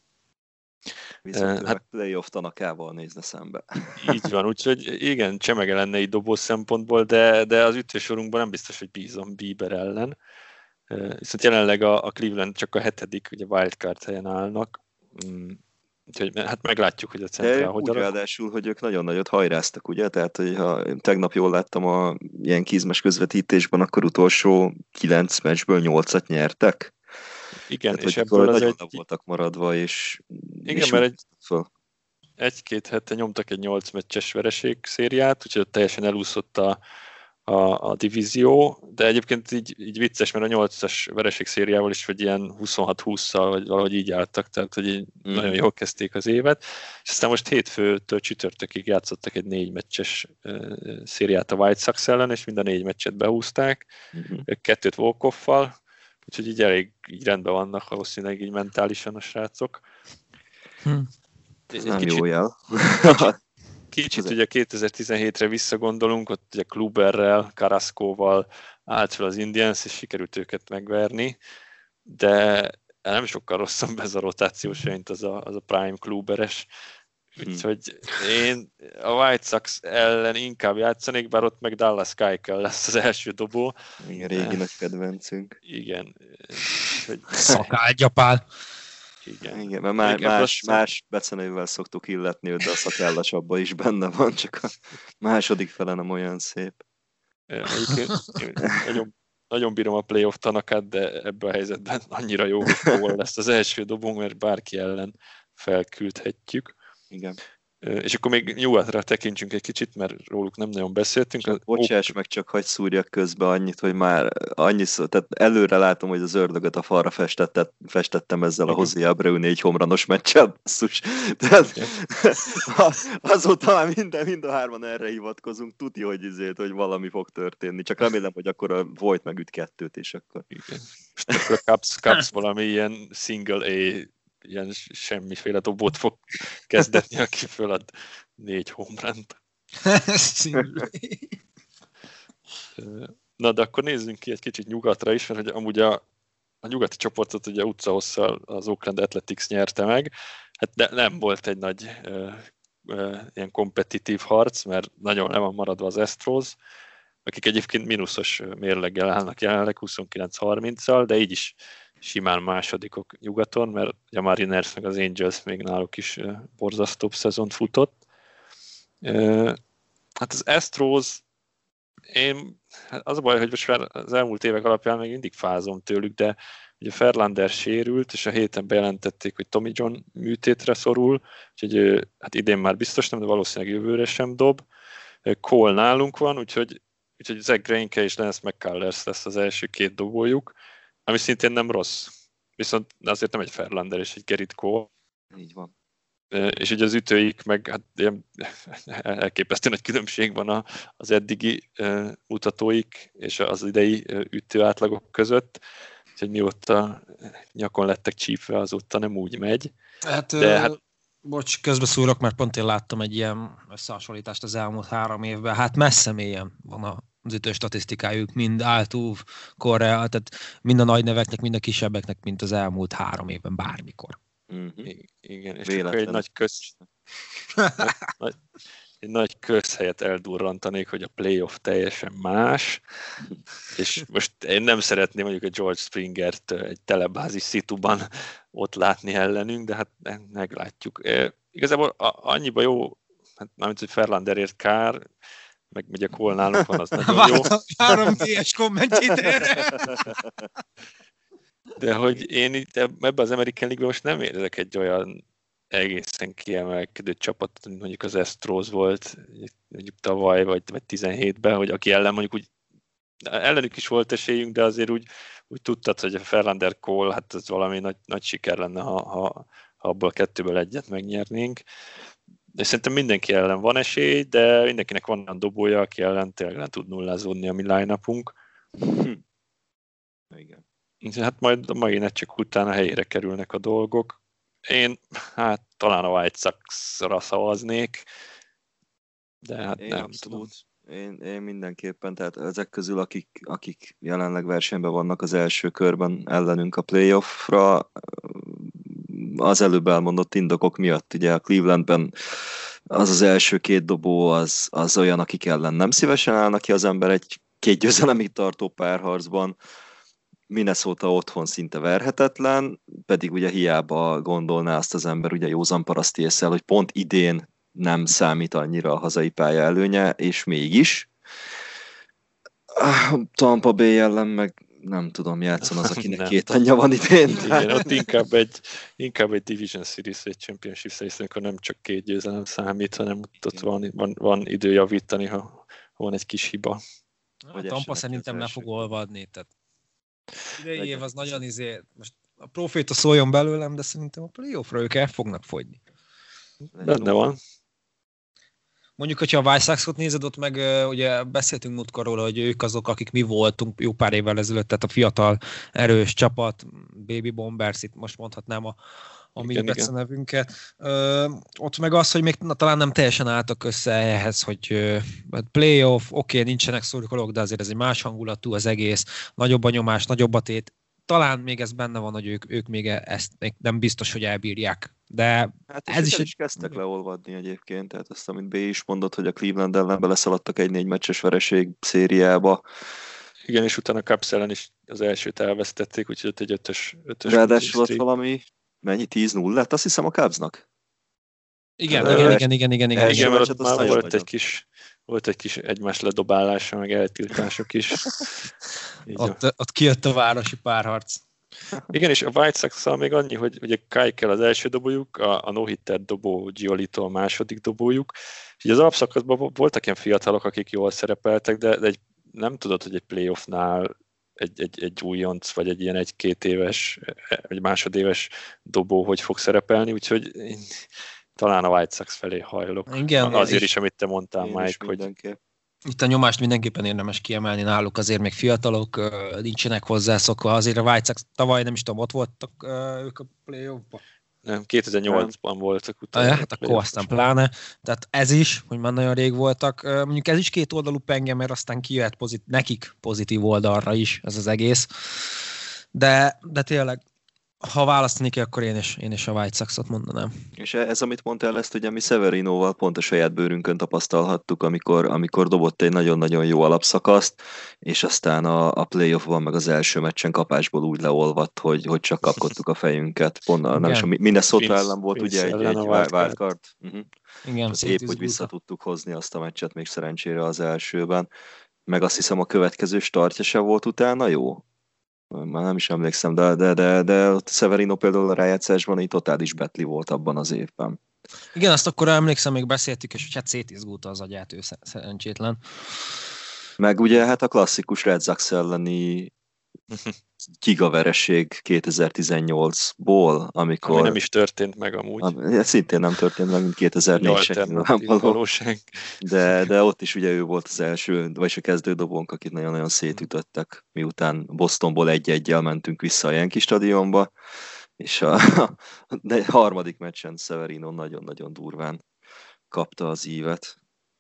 Viszont uh, hát playoff Tanakával nézne szembe. Így van, úgyhogy igen, csemege lenne így dobó szempontból, de, de az ütősorunkban nem biztos, hogy bízom Bieber ellen. Uh, viszont jelenleg a, a Cleveland csak a hetedik, ugye wildcard helyen állnak. Mm. Úgyhogy hát meglátjuk, hogy a Centrál hogy alakul. Ráadásul, hogy ők nagyon nagyot hajráztak, ugye? Tehát, hogyha tegnap jól láttam a ilyen kizmes közvetítésben, akkor utolsó kilenc meccsből nyolcat nyertek. Igen, tehát, és ebből az egy... voltak maradva, és... Igen, és mert egy... egy-két hete nyomtak egy nyolc meccses vereség szériát, úgyhogy teljesen elúszott a, a, a divízió, de egyébként így, így vicces, mert a nyolcas vereség szériával is vagy ilyen huszonhat hússzal, vagy valahogy így álltak, tehát hogy így mm. nagyon jól kezdték az évet, és aztán most hétfőtől csütörtökig játszottak egy négy meccses uh, szériát a White Sox ellen, és mind a négy meccset behúzták, mm-hmm. kettőt walk-off-val, úgyhogy így elég így rendben vannak valószínűleg így mentálisan a srácok. Hm. Ez nem kicsit, jó jel. Kicsit, kicsit ugye kétezer-tizenhétre visszagondolunk, ott ugye Kluberrel, Carrascoval állt fel az Indians, és sikerült őket megverni, de nem sokkal rosszabb ez a rotáció, mint az a, az a Prime Kluberes, Úgyhogy én a White Sox ellen inkább játszanék, bár ott meg Dallas Keuchel lesz az első dobó. Igen, régi nagy kedvencünk. Igen. Hogy... Szakágyapál. Igen. Igen, mert más, más, más becenévvel szoktuk illetni őt, de a szakállasabban is benne van, csak a második fele nem olyan szép. Nagyon, nagyon bírom a playoff Tanakát, de ebben a helyzetben annyira jó, hogy lesz az első dobónk, mert bárki ellen felküldhetjük. Igen. És akkor még nyugatra tekintsünk egy kicsit, mert róluk nem nagyon beszéltünk. Csak, bocsáss meg, csak hagy szúrjak közbe annyit, hogy már annyi szó, tehát előre látom, hogy az ördögöt a falra festettet, festettem ezzel a José Abreu négy homranos meccsel, basszus. Tehát azóta már minden, mind a hárman erre hivatkozunk, tudja, hogy izét, hogy valami fog történni. Csak remélem, hogy akkor a Voit megüt kettőt, és akkor... Igen. Most akkor a Cubs, Cubs valami ilyen single A ilyen semmiféle dobót fog kezdetni, aki fölad négy homerant. Na, de akkor nézzünk ki egy kicsit nyugatra is, mert hogy amúgy a, a nyugati csoportot ugye utcahosszal az Oakland Athletics nyerte meg. Hát de nem volt egy nagy uh, uh, ilyen kompetitív harc, mert nagyon le van maradva az Astros, akik egyébként mínuszos mérleggel állnak jelenleg huszonkilenc harminccal, de így is simán másodikok nyugaton, mert a Mariners meg az Angels még náluk is borzasztóbb szezont futott. Hát az Astros, én, az a baj, hogy most már az elmúlt évek alapján még mindig fázom tőlük, de ugye Verlander sérült, és a héten bejelentették, hogy Tommy John műtétre szorul, úgyhogy hát idén már biztos nem, de valószínűleg jövőre sem dob. Cole nálunk van, úgyhogy, úgyhogy Zach Greinke és Lance McCullers lesz az első két dobójuk, ami szintén nem rossz. Viszont azért nem egy Verlander és egy Gerrit Cole. Így van. És ugye az ütőik meg hát ilyen elképesztő nagy különbség van az eddigi mutatóik és az idei ütő átlagok között. Úgyhogy mióta nyakon lettek csípve, azóta nem úgy megy. Hát, De, ö, hát... bocs, közbeszúrok, mert pont én láttam egy ilyen összehasonlítást az elmúlt három évben. Hát messze mélyen van a az ütő statisztikájuk, mind Altuve, Correa, tehát mind a nagy neveknek, mind a kisebbeknek, mint az elmúlt három évben bármikor. Mm-hmm. Igen, és akkor egy nagy, köz... nagy, egy nagy közhelyet eldurrantanék, hogy a playoff teljesen más, és most én nem szeretném mondjuk a George Springert egy telebázis szituban ott látni ellenünk, de hát meglátjuk. Igazából annyiba jó, hát mármint, hogy Verlanderért kár, meg ugye Cole nálunk van, az nagyon jó. három dé es kommentjére. De hogy én itt ebben az American League-ben most nem érzek egy olyan egészen kiemelkedő csapatot, mint mondjuk az Astros volt mondjuk tavaly, vagy, vagy tizenhétben, hogy aki ellen mondjuk úgy ellenük is volt esélyünk, de azért úgy, úgy tudtad, hogy a Verlander Cole, hát ez valami nagy, nagy siker lenne, ha, ha, ha abból a kettőből egyet megnyernénk. De szerintem mindenki ellen van esély, de mindenkinek van olyan dobója, aki ellen tényleg nem tud nullázódni a mi line-upunk. Hm. Igen. Hát majd a mai meccsek után a helyére kerülnek a dolgok. Én hát talán a White Sox-ra szavaznék, de hát én nem abszolút. tudom. Én, én mindenképpen, tehát ezek közül, akik, akik jelenleg versenyben vannak az első körben ellenünk a playoffra, az előbb elmondott indokok miatt, ugye a Clevelandben az az első két dobó az, az olyan, akik ellen nem szívesen állnak ki az ember egy két győzelemig tartó párharcban. Minnesota otthon szinte verhetetlen, pedig ugye hiába gondolná azt az ember ugye józan paraszti ésszel, hogy pont idén nem számít annyira a hazai pálya előnye, és mégis. Tampa Bay ellen meg nem tudom, játszon az, akinek két anyja van idén. Igen, ott inkább egy, inkább egy Division Series, egy Championship Series, amikor nem csak két győzelem számít, hanem ott van, van, van idő javítani, ha, ha van egy kis hiba. A Tampa szerintem le fog olvadni, tehát idei év az nagyon izé, most a proféta szóljon belőlem, de szerintem a playoffra ők el fognak fogyni. Benne van. Mondjuk, hogyha a White Sox-ot nézed, ott meg ugye beszéltünk múltkor róla, hogy ők azok, akik mi voltunk jó pár évvel ezelőtt, tehát a fiatal, erős csapat, Baby Bombers, itt most mondhatnám a, a mi becenevünket. Ö, ott meg az, hogy még na, talán nem teljesen álltak össze ehhez, hogy ö, playoff, oké, okay, nincsenek szurkolók, de azért ez egy más hangulatú az egész, nagyobb a nyomás, nagyobb a tét. talán még ez benne van, hogy ők, ők még ezt még nem biztos, hogy elbírják. De hát ez is, is egy... kezdtek leolvadni egyébként, tehát azt, amit B is mondott, hogy a Cleveland ellen beleszaladtak egy négy meccses vereség szériába. Igen, és utána a Cubs ellen is az elsőt elvesztették, úgyhogy ott egy ötös, ötös ráadásul ott valami, mennyi, tíz null lett, azt hiszem a Cubsnak. Igen, igen, igen, igen, igen, igen, igen, mert ott már volt nagyon. egy kis, volt egy kis egymás ledobálása, meg eltiltások is. ott, ott kijött a városi párharc. Igen, és a White Sox-szal még annyi, hogy ugye Keuchel az első dobójuk, a, a no-hitter dobó Giolito a második dobójuk, és így az alapszakaszban voltak ilyen fiatalok, akik jól szerepeltek, de, de egy, nem tudod, hogy egy playoffnál egy, egy, egy újonc, vagy egy ilyen egy-két éves, egy másodéves dobó hogy fog szerepelni, úgyhogy én talán a White Sox felé hajlok. Igen, azért is, amit te mondtál, Mike, hogy itt a nyomást mindenképpen érdemes kiemelni náluk, azért még fiatalok, nincsenek hozzászokva, azért a White Sox tavaly nem is tudom, ott voltak ők a play-offban. Nem, kétezer-nyolcban voltak utána. Ah, hát akkor aztán pláne. Tehát ez is, hogy már nagyon rég voltak. Mondjuk ez is két oldalú penge, mert aztán kijöhet pozit- nekik pozitív oldalra is ez az egész. De, de tényleg, ha választani kell, akkor én is, én is a White Sox-ot mondanám. És ez, amit mondtál, ezt ugye mi Severinoval pont a saját bőrünkön tapasztalhattuk, amikor, amikor dobott egy nagyon-nagyon jó alapszakaszt, és aztán a, a playoffban meg az első meccsen kapásból úgy leolvadt, hogy, hogy csak kapkodtuk a fejünket. Pont, nem is, a Minnesota Vince, ellen volt Vince ugye egy, egy wildcard. Uh-huh. Igen, épp, hogy vissza tudtuk hozni azt a meccset még szerencsére az elsőben. Meg azt hiszem a következő startja se volt utána jó. Már nem is emlékszem, de, de, de, de Severino például a rájátszásban egy totális betli volt abban az évben. Igen, azt akkor emlékszem, még beszéltük, és hogy hát szétizgulta az agyát ő szerencsétlen. Meg ugye hát a klasszikus Red Sox elleni gigavereség kétezer-tizennyolcból, amikor... Ami nem is történt meg amúgy. Ami, szintén nem történt meg, mint kétezer-négy valóság. De, de ott is ugye ő volt az első, vagyis a kezdődobónk, akit nagyon-nagyon szétütöttek, miután Bostonból egy-egyel mentünk vissza a Yankee stadionba, és a, a harmadik meccsen Severino nagyon-nagyon durván kapta az ívet.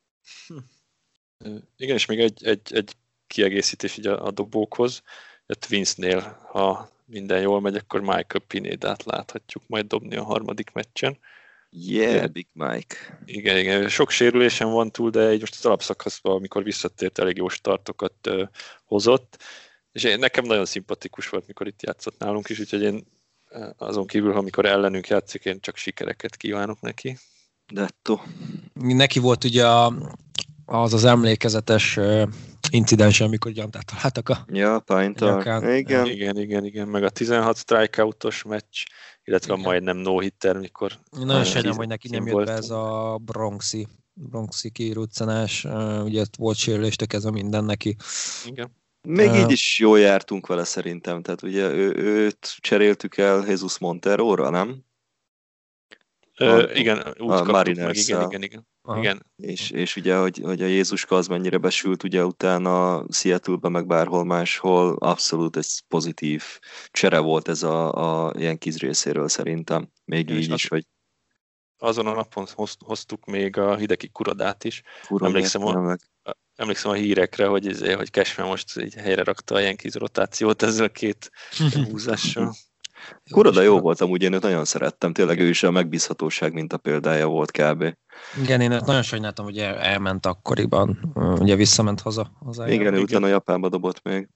Igen, és még egy, egy, egy kiegészítés így a, a dobókhoz. A Twinsnél, ha minden jól megy, akkor Michael Pinedát láthatjuk majd dobni a harmadik meccsen. Yeah, igen. Big Mike. Igen, igen, sok sérülésen van túl, de így most az alapszakaszban, amikor visszatért, elég jó startokat uh, hozott, és én, nekem nagyon szimpatikus volt, mikor itt játszott nálunk is, úgyhogy én uh, azon kívül, amikor ellenünk játszik, én csak sikereket kívánok neki. Detto. Neki volt ugye a, az az emlékezetes uh, incidens, amikor gyantát találtak a ja, Pine-tal. Igen. igen, igen, igen, meg a tizenhat strikeoutos meccs, illetve igen. Majdnem no-hitter, mikor... Én nagyon sajnálom, hogy neki nem jött be ez a Bronxi, Bronxi kiruccanás, uh, ugye volt sérüléstől kezdve minden neki. Igen. Még uh, így is jól jártunk vele szerintem, tehát ugye ő, őt cseréltük el Jesus Monteróra, nem? Uh, a, igen, úgy a kaptuk meg, igen, igen, igen. igen. És, és ugye, hogy, hogy a Jézuska az mennyire besült, ugye utána Seattle-ben, meg bárhol máshol, abszolút egy pozitív csere volt ez a, a Yankees részéről szerintem. Még igen, így is, az, hogy... Azon a napon hoztuk még a Hideki Kurodát is. Kurodát, emlékszem, a, a, emlékszem a hírekre, hogy, ez, hogy Cashman most így helyre rakta a Yankees rotációt ezzel a két húzással. Kuroda jó volt, amúgy én őt nagyon szerettem, tényleg ő is a megbízhatóság, mint a példája volt kb. Igen, én nagyon sajnáltam, hogy el, elment akkoriban, ugye visszament haza. haza igen, ő utána Japánba dobott még.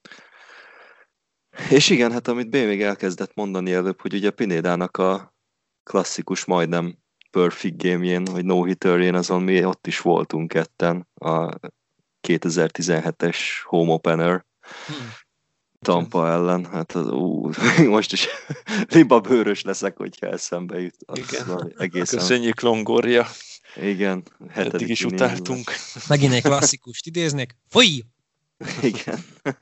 És igen, hát amit B még elkezdett mondani előbb, hogy ugye Pinedának a klasszikus, majdnem perfect game-jén, vagy no-hitterjén, azon mi ott is voltunk ketten, a kétezer-tizenhetes home opener. Hmm. Tampa ellen, hát az, ú, most is libabőrös leszek, hogyha eszembe jut. Igen. Egészen... Köszönjük, Longoria. Igen. Eddig is utáltunk. Megint egy klasszikust idéznék. Fúj! Igen.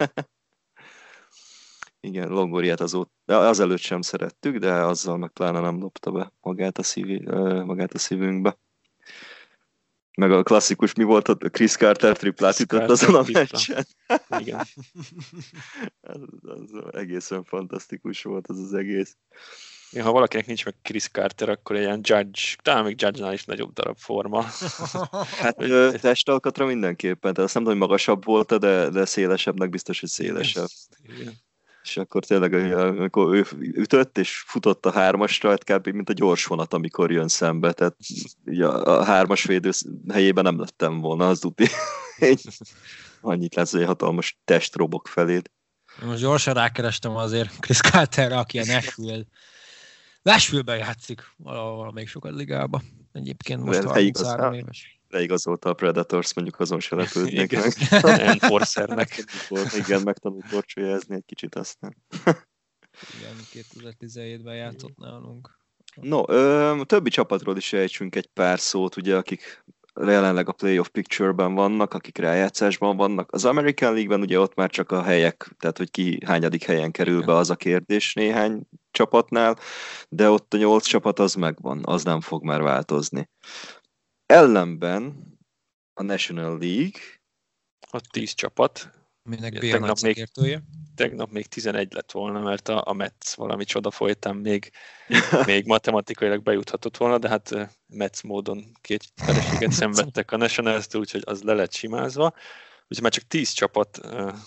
Igen, Longoriát azóta, azelőtt sem szerettük, de azzal meg pláne nem dobta be magát a, szívi, magát a szívünkbe. Meg a klasszikus, mi volt, a Chris Carter triplát ütött azon a meccsen. Igen. az, az egészen fantasztikus volt az az egész. Ja, ha valakinek nincs meg Chris Carter, akkor egy ilyen Judge, talán még Judge-nál is nagyobb darab forma. Hát testalkatra mindenképpen, tehát azt nem tudom, hogy magasabb volt, de, de szélesebbnek biztos, hogy szélesebb. Igen. És akkor tényleg, amikor ő ütött és futott a hármasra, hát kb. Mint a gyors vonat, amikor jön szembe. Tehát a hármas védő helyében nem lettem volna, az tuti. Annyit lesz, hogy egy hatalmas testrobok feléd. Most gyorsan rákerestem azért Chris Carterre, aki a Nashville. Nashville-ben játszik valamelyik sokat ligába. Egyébként most harminchárom éves. Leigazolta a Predators, mondjuk azon se lepődnék meg. Enforcernek. Igen, megtanult korcsoljázni egy kicsit aztán. Igen, kétezer-tizenhétben játszott nálunk. No, ö, a többi csapatról is ejtsünk egy pár szót, ugye, akik jelenleg a playoff picture-ben vannak, akik rájátszásban vannak. Az American League-ben ugye ott már csak a helyek, tehát hogy ki hányadik helyen kerül be, az a kérdés néhány csapatnál, de ott a nyolc csapat az megvan, az nem fog már változni. Ellenben a National League... Ott tíz csapat. Minek bé em szakértője. Tegnap még tizenegy lett volna, mert a, a Mets valami csoda folytán még, még matematikailag bejuthatott volna, de hát Mets módon két vereséget szenvedtek a Nationals-től, úgyhogy az le lett simázva. Úgyhogy már csak tíz csapat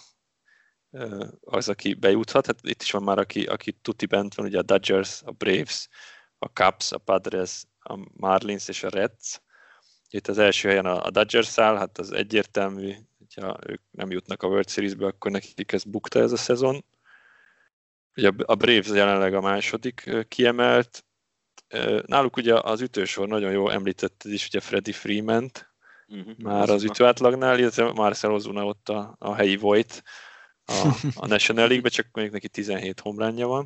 az, aki bejuthat. Hát itt is van már, aki, aki tuti bent van, ugye a Dodgers, a Braves, a Cubs, a Padres, a Marlins és a Reds. Itt az első helyen a Dodgers áll, hát az egyértelmű, hogyha ők nem jutnak a World Series-be, akkor nekik ez bukta ez a szezon. Ugye a Braves jelenleg a második kiemelt. Náluk ugye az ütősor nagyon jó említetted is, ugye Freddie Freeman-t, uh-huh, már az ütőátlagnál, illetve Marcell Ozuna ott a, a helyi Voit a, a National League-be, csak mondjuk neki tizenhét homránja van.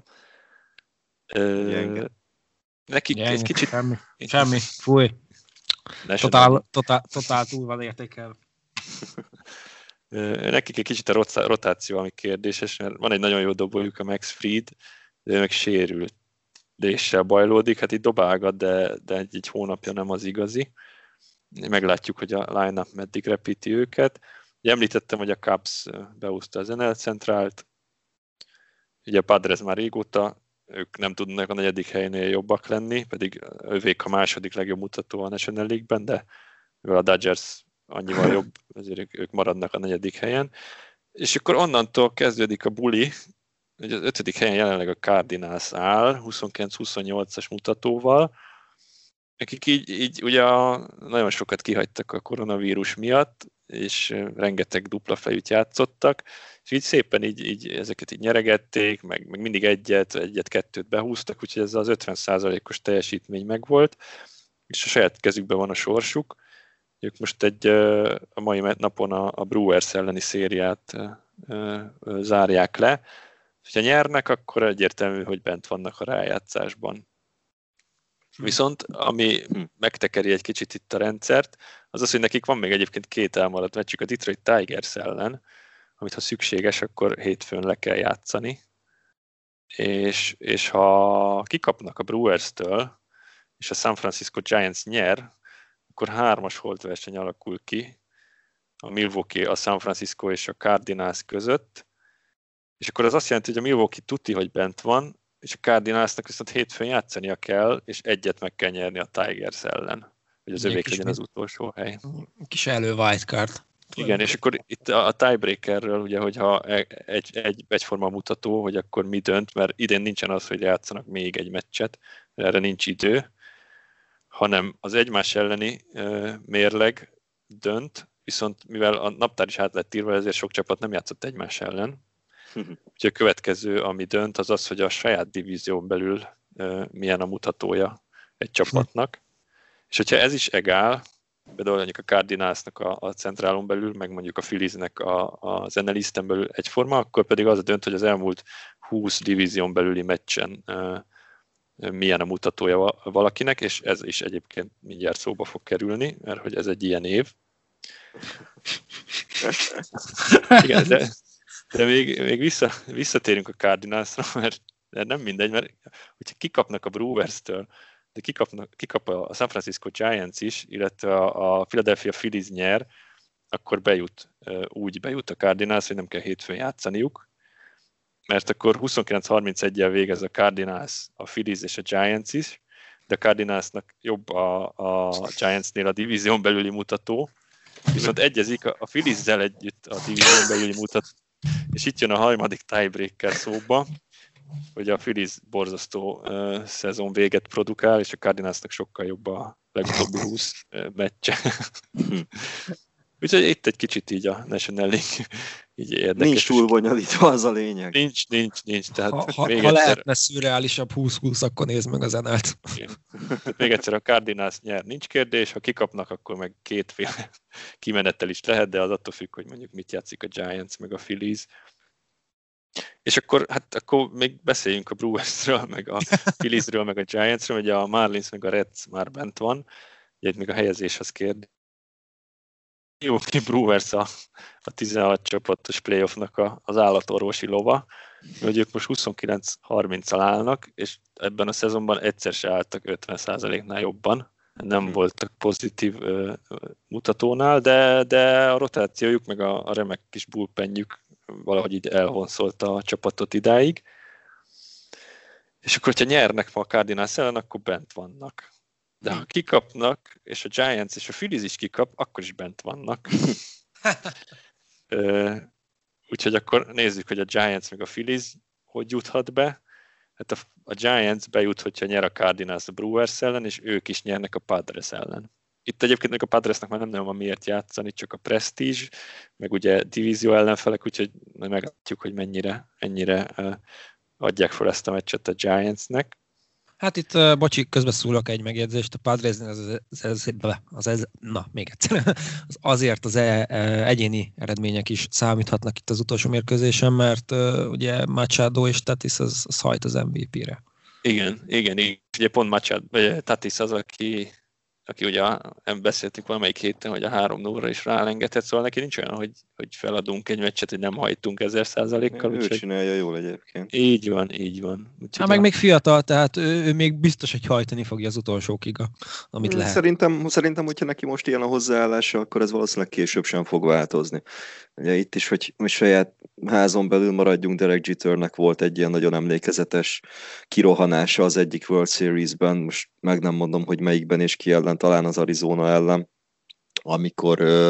Gyenge. Neki Gyenge. egy kicsit... Semmi, semmi. Fúj. Totál, totál, totál túl van értékel. Nekik egy kicsit a rotáció, ami kérdéses, mert van egy nagyon jó dobójuk, a Max Fried, de ő meg sérüléssel bajlódik, hát itt dobálgat, de, de egy, egy hónapja nem az igazi. Meglátjuk, hogy a line-up meddig repíti őket. Ugye említettem, hogy a Cubs beúszta az en el Centrált, ugye a Padres már régóta, ők nem tudnak a negyedik helynél jobbak lenni, pedig ővék a második legjobb mutató a National League-ben, de mivel a Dodgers annyival jobb, ezért ők maradnak a negyedik helyen. És akkor onnantól kezdődik a buli, hogy az ötödik helyen jelenleg a Cardinals áll, huszonkilenc-huszonnyolcas mutatóval, akik így, így ugye a, nagyon sokat kihagytak a koronavírus miatt, és rengeteg dupla fejűt játszottak, és így szépen így, így ezeket így nyeregették, meg, meg mindig egyet, egyet-kettőt behúztak, úgyhogy ez az ötven százalékos teljesítmény megvolt, és a saját kezükben van a sorsuk. Ők most egy, a mai napon a, a Brewers elleni szériát zárják le. Ha nyernek, akkor egyértelmű, hogy bent vannak a rájátszásban. Viszont ami megtekeri egy kicsit itt a rendszert, az az, hogy nekik van még egyébként két elmaradt meccsük a Detroit Tigers ellen, amit ha szükséges, akkor hétfőn le kell játszani. És, és ha kikapnak a Brewers-től, és a San Francisco Giants nyer, akkor hármas holtverseny alakul ki a Milwaukee, a San Francisco és a Cardinals között, és akkor az azt jelenti, hogy a Milwaukee tuti, hogy bent van, és a Cardinalsnak viszont hétfőn játszania kell, és egyet meg kell nyerni a Tigers ellen, hogy az övék legyen az utolsó hely. Kis elő wildcard. Igen, és akkor itt a tiebreakerről, ugye, hogyha egy, egy, egyforma mutató, hogy akkor mi dönt, mert idén nincsen az, hogy játszanak még egy meccset, erre nincs idő, hanem az egymás elleni uh, mérleg dönt, viszont mivel a naptár is át lett írva, ezért sok csapat nem játszott egymás ellen. Úgyhogy a következő, ami dönt, az az, hogy a saját divízión belül uh, milyen a mutatója egy csapatnak. És hogyha ez is egál, például mondjuk a Cardinalsnak a, a centrálon belül, meg mondjuk a Philliesnek a, az en el Easten belül egyforma, akkor pedig az a dönt, hogy az elmúlt húsz divízión belüli meccsen uh, milyen a mutatója valakinek, és ez is egyébként mindjárt szóba fog kerülni, mert hogy ez egy ilyen év. Igen, de, de még, még vissza, visszatérünk a Cardinalsra, mert nem mindegy, mert hogyha kikapnak a Brewers-től, de kikapnak, kikap a San Francisco Giants is, illetve a Philadelphia Phillies nyer, akkor bejut, úgy bejut a Cardinals, hogy nem kell hétfőn játszaniuk, mert akkor huszonkilenc harminceggyel végez a Cardinals, a Phillies és a Giants is, de a Cardinalsnak jobb a, a Giantsnél a divízión belüli mutató, viszont egyezik a, a Phillies-zel együtt a divízión belüli mutató, És itt jön a harmadik tiebreaker szóba, hogy a Phillies borzasztó uh, szezon véget produkál, és a Cardinalsnak sokkal jobb a legutóbbi húsz uh, meccse. Úgyhogy itt egy kicsit így a National League így érdekes. Nincs túl bonyolítva, az a lényeg. Nincs, nincs, nincs. Tehát ha ha, még ha egyszer, lehetne szürreálisabb húsz-húsz, akkor nézd meg az en el-t. tehát még egyszer a Cardinals nyer, nincs kérdés, ha kikapnak, akkor meg kétféle kimenettel is lehet, de az attól függ, hogy mondjuk mit játszik a Giants meg a Phillies. És akkor, hát akkor még beszéljünk a Brewersről, meg a Philliesről, meg a Giantsről, ugye a Marlins meg a Reds már bent van, ugye itt még a helyezéshez kérdés. Jó, ki Brewers a, a tizenhat csapatos playoffnak a, az állatorvosi lova, hogy ők most huszonkilenc harminccal állnak, és ebben a szezonban egyszer se álltak ötven százaléknál jobban. Nem hmm. voltak pozitív ö, mutatónál, de, de a rotációjuk, meg a, a remek kis bullpenjük valahogy így elvonszolta a csapatot idáig. És akkor, hogyha nyernek ma a Cardinals ellen, akkor bent vannak. De ha kikapnak, és a Giants és a Phillies is kikap, akkor is bent vannak. Ö, úgyhogy akkor nézzük, hogy a Giants meg a Phillies hogy juthat be. Hát a, a Giants bejut, hogyha nyer a Cardinals a Brewers ellen, és ők is nyernek a Padres ellen. Itt egyébként meg a Padresnek már nem nagyon van miért játszani, csak a Prestige, meg ugye divízió ellenfelek, úgyhogy meglátjuk, hogy mennyire, ennyire uh, adják fel ezt a meccset a Giantsnek. Hát itt, uh, bocsi, közbeszúlok egy megjegyzést, a Padresnél az, az, az, az, az, na, még egyszer, az azért az e, e, egyéni eredmények is számíthatnak itt az utolsó mérkőzésen, mert uh, ugye Machado és Tatis az, az hajt az em vé pére. Igen, igen, igen. Ugye pont Machado, vagy Tatis az, aki aki ugye beszéltünk valamelyik héten, hogy a három nullra is rálengedhet, szóval neki nincs olyan, hogy, hogy feladunk egy meccset, hogy nem hajtunk ezer százalékkal. Ő úgyhogy... csinálja jól egyébként. Így van, így van. Hát meg a... még fiatal, tehát ő, ő még biztos, hogy hajtani fogja az utolsókig, amit lehet. Szerintem, szerintem, hogyha neki most ilyen a hozzáállása, akkor ez valószínűleg később sem fog változni. Ugye itt is, hogy mi saját házon belül maradjunk, Derek Jeternek volt egy ilyen nagyon emlékezetes kirohanása az egyik World Series-ben, most meg nem mondom, hogy melyikben és ki ellen, talán az Arizona ellen, amikor ö,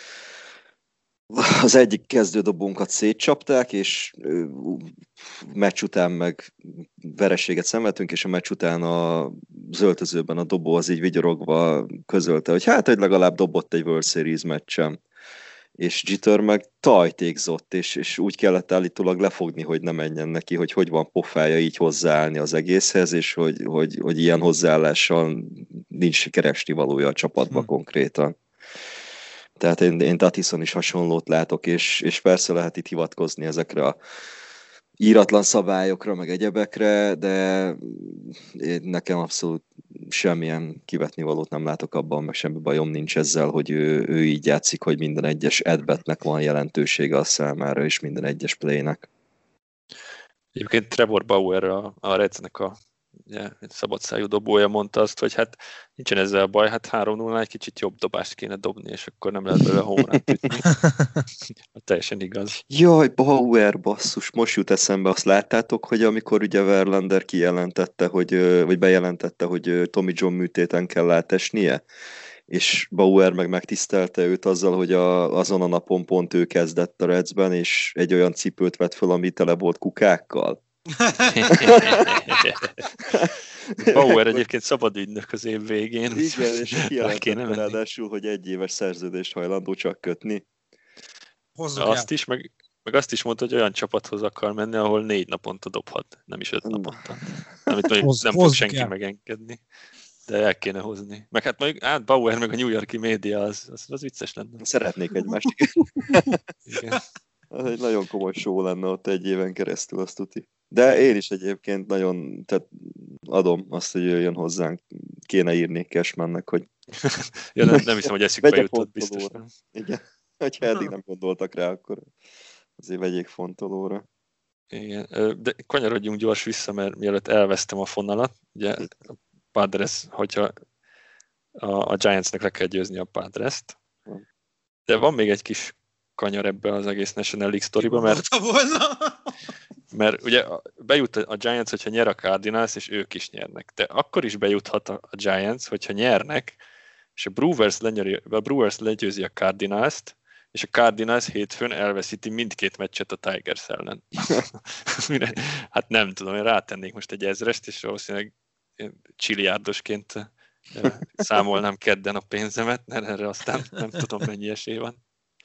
az egyik kezdődobónkat szétcsapták, és ö, meccs után meg vereséget szenvedtünk, és a meccs után a öltözőben a dobó az így vigyorogva közölte, hogy hát, hogy legalább dobott egy World Series meccsen. És Jeter meg tajtékzott, és, és úgy kellett állítólag lefogni, hogy ne menjen neki, hogy hogy van pofája így hozzáállni az egészhez, és hogy, hogy, hogy ilyen hozzáállással nincs keresni valója a csapatba hm. konkrétan. Tehát én, én Tatison is hasonlót látok, és, és persze lehet itt hivatkozni ezekre a íratlan szabályokra, meg egyebekre, de én nekem abszolút semmilyen kivetnivalót nem látok abban, meg semmi bajom nincs ezzel, hogy ő, ő így játszik, hogy minden egyes at-batnek van jelentősége a számára, és minden egyes playnek. Egyébként Trevor Bauer, a, a Redsnek a ugye, szabadszájú dobója mondta azt, hogy hát nincsen ezzel baj, hát három nullnál egy kicsit jobb dobást kéne dobni, és akkor nem lehet belőle home runt ütni. Teljesen igaz. Jaj, Bauer, basszus, most jut eszembe, azt láttátok, hogy amikor ugye Verlander kijelentette, hogy, vagy bejelentette, hogy Tommy John műtéten kell átesnie, és Bauer meg megtisztelte őt azzal, hogy a, azon a napon pont ő kezdett a Redsben, és egy olyan cipőt vett fel, ami tele volt kukákkal. Bauer egyébként szabad ügynök az év végén. Igen, és kijelentette ráadásul, hogy egy éves szerződést hajlandó csak kötni. Azt is, meg, meg azt is mondta, hogy olyan csapathoz akar menni, ahol négy naponta dobhat, nem is öt naponta. Amit mondjuk Hoz, nem fog senki el. megengedni, de el kéne hozni. Meg hát mondjuk át Bauer meg a New York-i média, az, az, az vicces lenne. Szeretnék egymást. Igen. Az egy nagyon komoly show lenne ott egy éven keresztül, azt tuti. De én is egyébként nagyon, tehát adom azt, hogy jöjjön hozzánk. Kéne írni Cashmannek, hogy... ja, nem, nem hiszem, hogy eszükbe jutott biztos. Igen, hogyha eddig nem gondoltak rá, akkor azért vegyék fontolóra. Igen, de kanyarodjunk gyors vissza, mert mielőtt elvesztem a fonalat, ugye a Padres, hogyha a, a Giantsnek le kell győzni a Padrest. De van még egy kis kanyar ebbe az egész National League sztoriba, mert, mert ugye bejut a Giants, hogyha nyer a Cardinals, és ők is nyernek. De akkor is bejuthat a Giants, hogyha nyernek, és a Brewers, lenyeri, a Brewers legyőzi a Cardinals-t, és a Cardinals hétfőn elveszíti mindkét meccset a Tigers ellen. Hát nem tudom, én rátennék most egy ezrest, és valószínűleg csiliárdosként számolnám kedden a pénzemet, mert erre aztán nem tudom, mennyi esély van.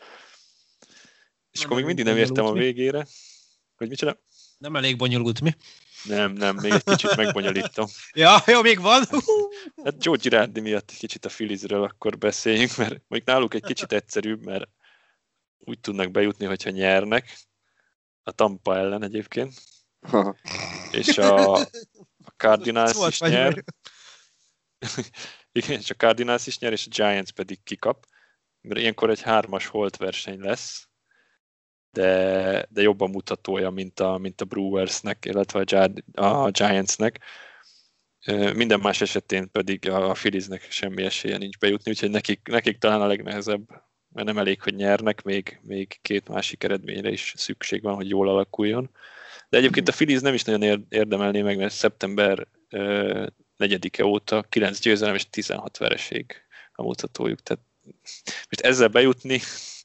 És nem akkor még mindig nem értem a végére. Hogy micsoda? Nem elég bonyolult, mi? Nem, nem, még egy kicsit megbonyolítom. Ja, jó, még van. Hát Joe Girardi miatt egy kicsit a Philliesről akkor beszéljünk, mert mondjuk náluk egy kicsit egyszerűbb, mert úgy tudnak bejutni, hogyha nyernek. A Tampa ellen egyébként. És a, a Cardinals is nyer. Igen, és a Cardinals is nyer, és a Giants pedig kikap. Mert ilyenkor egy hármas holt verseny lesz. De, de jobban mutatója, mint a, mint a Brewersnek, illetve a, a Giantsnek. Minden más esetén pedig a Philliesnek semmi esélye nincs bejutni, úgyhogy nekik, nekik talán a legnehezebb, mert nem elég, hogy nyernek, még, még két másik eredményre is szükség van, hogy jól alakuljon. De egyébként a Phillies nem is nagyon érdemelné meg, mert szeptember negyedike óta kilenc győzelem és tizenhat vereség a mutatójuk. Tehát most ezzel bejutni...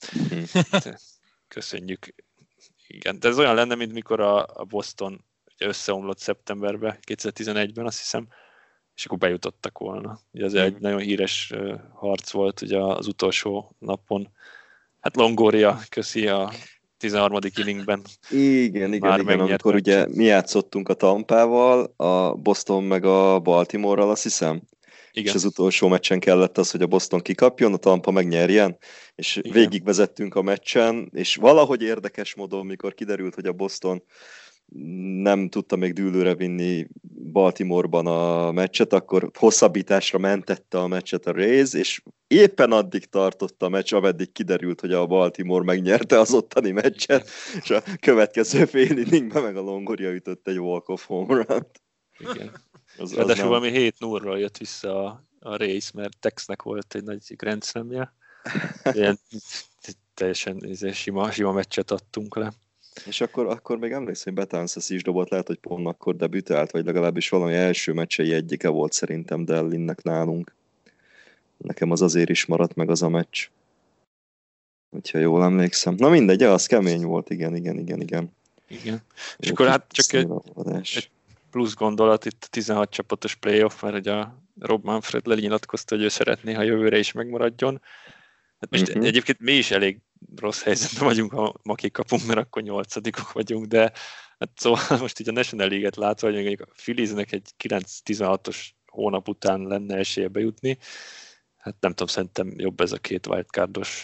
Köszönjük. Igen, de ez olyan lenne, mint mikor a, a Boston ugye összeomlott szeptemberben, kétezer-tizenegyben azt hiszem, és akkor bejutottak volna. Ugye ez mm. egy nagyon híres uh, harc volt ugye az utolsó napon. Hát Longoria, köszi a tizenharmadik inningben. Igen, igen, igen, amikor ugye mi játszottunk a Tampával, a Boston meg a Baltimore-ral, azt hiszem. Igen. És az utolsó meccsen kellett az, hogy a Boston kikapjon, a Tampa megnyerjen, és igen. Végigvezettünk a meccsen, és valahogy érdekes módon, mikor kiderült, hogy a Boston nem tudta még dűlőre vinni Baltimoreban a meccset, akkor hosszabbításra mentette a meccset a Rays, és éppen addig tartott a meccs, ameddig kiderült, hogy a Baltimore megnyerte az ottani meccset, és a következő fél inningben meg a Longoria ütött egy walk-off home run-t. Igen. Az, az nem... valami hét nullról jött vissza a, a Rays, mert Texnek volt egy nagy Grand Slamje. Ilyen teljesen sima, sima meccset adtunk le. És akkor, akkor még emlékszem, hogy Betances is dobott, lehet, hogy pont akkor debütált, vagy legalábbis valami első meccsei egyike volt szerintem Dellinnek nálunk. Nekem az azért is maradt meg az a meccs. Hogyha jól emlékszem. Na mindegy, az kemény volt, igen, igen, igen, igen. Igen. És Jó, akkor hát csak egy, egy plusz gondolat itt a tizenhat csapatos playoff, mert ugye a Rob Manfred lenyilatkozta, hogy ő szeretné, ha jövőre is megmaradjon. Hát most uh-huh. egyébként mi is elég rossz helyzetben vagyunk, ha ma kikapunk, mert akkor nyolcadikok vagyunk, de hát szóval most így a National League-et látva, hogy még a Philliesnek egy kilenc tizenhatos hónap után lenne esélye bejutni. Hát nem tudom, szerintem jobb ez a két wildcardos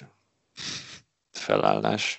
felállás.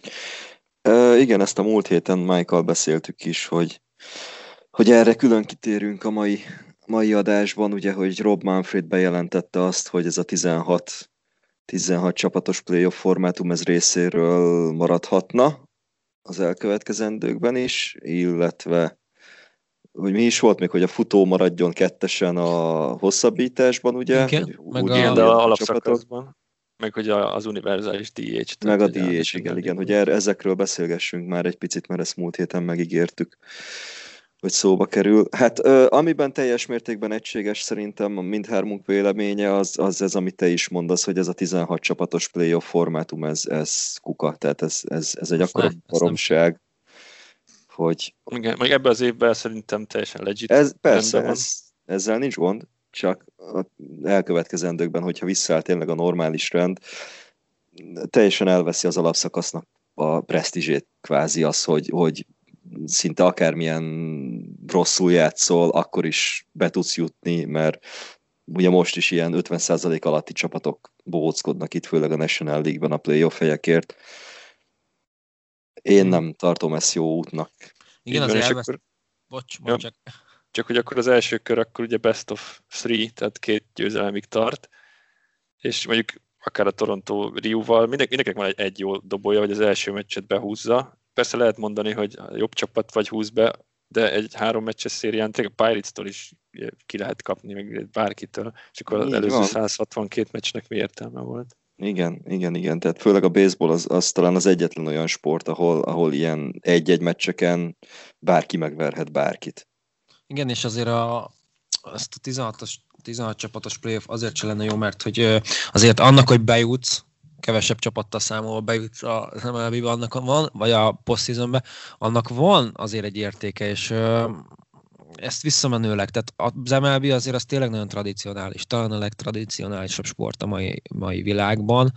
Uh, igen, ezt a múlt héten Michael beszéltük is, hogy, hogy erre külön kitérünk a mai, mai adásban, ugye, hogy Rob Manfred bejelentette azt, hogy ez a tizenhat, tizenhat csapatos playoff formátum ez részéről maradhatna az elkövetkezendőkben is, illetve hogy mi is volt még, hogy a futó maradjon kettesen a hosszabbításban, ugye? Igen, hogy, meg a, a alapszakaszban. Meg hogy az univerzális dé há. Meg a dé há, igen, igen, hogy er, ezekről beszélgessünk már egy picit, mert ezt múlt héten megígértük, hogy szóba kerül. Hát amiben teljes mértékben egységes szerintem mindhármunk véleménye, az, az ez, amit te is mondasz, hogy ez a tizenhat csapatos playoff formátum, ez, ez kuka, tehát ez, ez, ez egy akkora baromság, hogy... Igen, meg ebben az évben szerintem teljesen legit. Ez, persze, ez, ezzel nincs gond. Csak elkövetkezendőkben, hogyha visszaáll tényleg a normális rend, teljesen elveszi az alapszakasznak a presztízsét, kvázi az, hogy, hogy szinte akármilyen rosszul játszol, akkor is be tudsz jutni, mert ugye most is ilyen ötven százalék alatti csapatok bohóckodnak itt, főleg a National League-ben a playoff helyekért. Én nem tartom ezt jó útnak. Igen, az elvesz... Akkor... Bocs, bocs, csak... Csak hogy akkor az első kör akkor ugye best of three, tehát két győzelemig tart, és mondjuk akár a Toronto Riuval, mindenkinek van egy, egy jó dobója, hogy az első meccset behúzza. Persze lehet mondani, hogy a jobb csapat vagy húz be, de egy három meccses szérián tényleg a Pirates-tól is ki lehet kapni, meg bárkitől, és akkor az előző száz hatvankét meccsnek mi értelme volt. Igen, igen, igen, tehát főleg a baseball az, az talán az egyetlen olyan sport, ahol, ahol ilyen egy-egy meccseken bárki megverhet bárkit. Igen, és azért a, azt a tizenhatos, tizenhat csapatos playoff azért se lenne jó, mert hogy azért annak, hogy bejutsz, kevesebb csapattal számolva bejut az em el bé-be, annak van, vagy a postseasonbe, annak van azért egy értéke, és ezt visszamenőleg, tehát az em el bé azért az tényleg nagyon tradicionális, talán a legtradicionálisabb sport a mai, mai világban,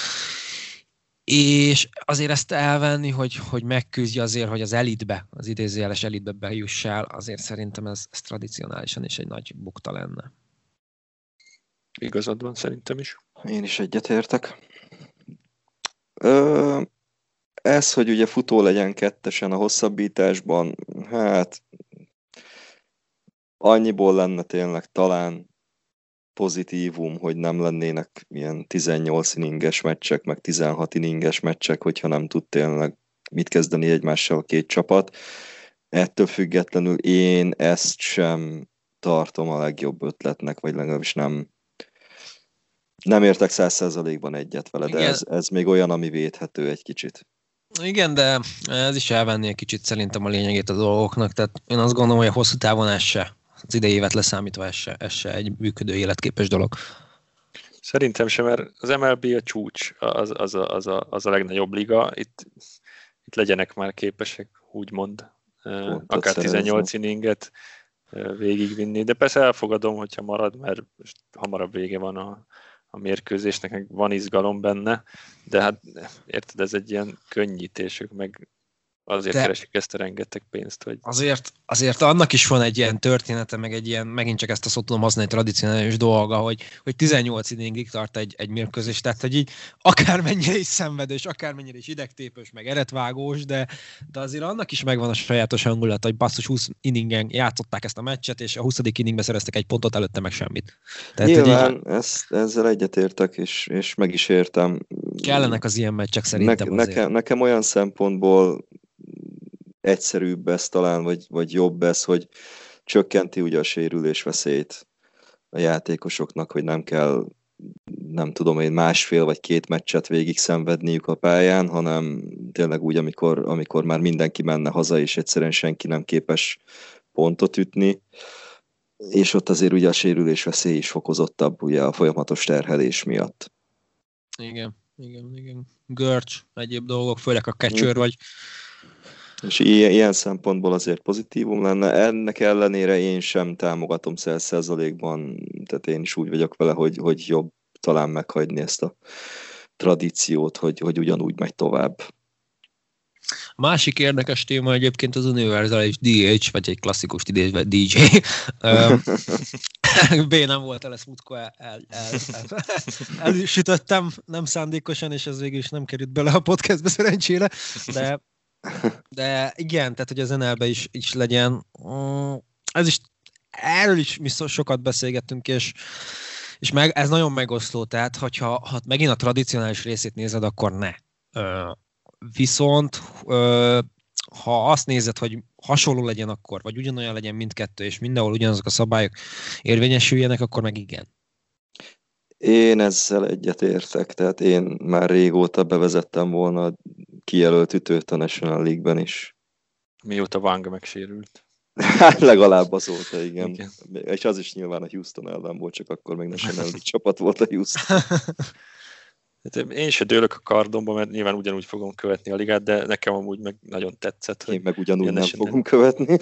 és azért ezt elvenni, hogy, hogy megküzdje azért, hogy az elitbe, az idézőjeles elitbe bejussál, azért szerintem ez, ez tradicionálisan is egy nagy bukta lenne. Igazad van, szerintem is. Én is egyetértek. Ö, ez, hogy ugye futó legyen kettesen a hosszabbításban, hát annyiból lenne tényleg talán pozitívum, hogy nem lennének ilyen tizennyolc inninges meccsek, meg tizenhat inninges meccsek, hogyha nem tud tényleg mit kezdeni egymással a két csapat. Ettől függetlenül én ezt sem tartom a legjobb ötletnek, vagy legalábbis nem nem értek száz százalékban egyet vele, de ez, ez még olyan, ami védhető egy kicsit. Igen, de ez is elvenni egy kicsit szerintem a lényegét a dolgoknak, tehát én azt gondolom, hogy a hosszú távon ez se, az idei évet leszámítva ez se, ez se egy működő életképes dolog. Szerintem sem, mert az em el bé a csúcs, az, az, a, az, a, az a legnagyobb liga, itt, itt legyenek már képesek, úgymond, Pontot akár tizennyolc inninget végigvinni, de persze elfogadom, hogyha marad, mert hamarabb vége van a a mérkőzésnek, meg van izgalom benne, de hát érted, ez egy ilyen könnyítésük, meg azért de keresik ezt a rengeteg pénzt, hogy... Azért, azért annak is van egy ilyen története, meg egy ilyen, megint csak ezt a szót tudom használni, tradicionális dolga, hogy, hogy tizennyolc inningig tart egy, egy mérkőzés, tehát hogy így akármennyire is szenvedős, akármennyire is idegtépős, meg eretvágós, de, de azért annak is megvan a sajátos hangulat, hogy basszus húsz inningen játszották ezt a meccset, és a huszadik inningben szereztek egy pontot, előtte meg semmit. Tehát, nyilván így, ezt, ezzel egyetértek, és, és meg is értem. Kellenek az ilyen meccsek szerintem ne, nekem, nekem olyan szempontból egyszerűbb ez talán, vagy, vagy jobb ez, hogy csökkenti ugye a sérülés veszélyt a játékosoknak, hogy nem kell, nem tudom én, másfél vagy két meccset végig szenvedniük a pályán, hanem tényleg úgy, amikor, amikor már mindenki menne haza, és egyszerűen senki nem képes pontot ütni, és ott azért ugye a sérülés veszély is fokozottabb ugye a folyamatos terhelés miatt. Igen, igen, igen. Görcs, egyéb dolgok, főleg a catcher vagy. És ilyen, ilyen szempontból azért pozitívum lenne. Ennek ellenére én sem támogatom száz százalékban, tehát én is úgy vagyok vele, hogy, hogy jobb talán meghagyni ezt a tradíciót, hogy, hogy ugyanúgy megy tovább. A másik érdekes téma egyébként az univerzális dé há, vagy egy klasszikus idézve dé jé. B nem volt el, ezt múltkor el, el, el, el, elsütöttem, nem szándékosan, és ez végül is nem került bele a podcastbe szerencsére, de De igen, tehát hogy az en el-be is, is legyen. Ez is, erről is mi sokat beszélgettünk, és, és meg, ez nagyon megoszló, tehát hogyha ha megint a tradicionális részét nézed, akkor ne. Viszont ha azt nézed, hogy hasonló legyen akkor, vagy ugyanolyan legyen mindkettő, és mindenhol ugyanazok a szabályok érvényesüljenek, akkor meg igen. Én ezzel egyetértek, tehát én már régóta bevezettem volna a kijelölt ütőt a National League-ben is. Mióta Wang megsérült. Hát legalább azóta, igen. igen. És az is nyilván a Houston ellen volt, csak akkor még National League csapat volt a Houston. Hát én se dőlök a kardomba, mert nyilván ugyanúgy fogom követni a ligát, de nekem amúgy meg nagyon tetszett. Én meg ugyanúgy nem fogom követni.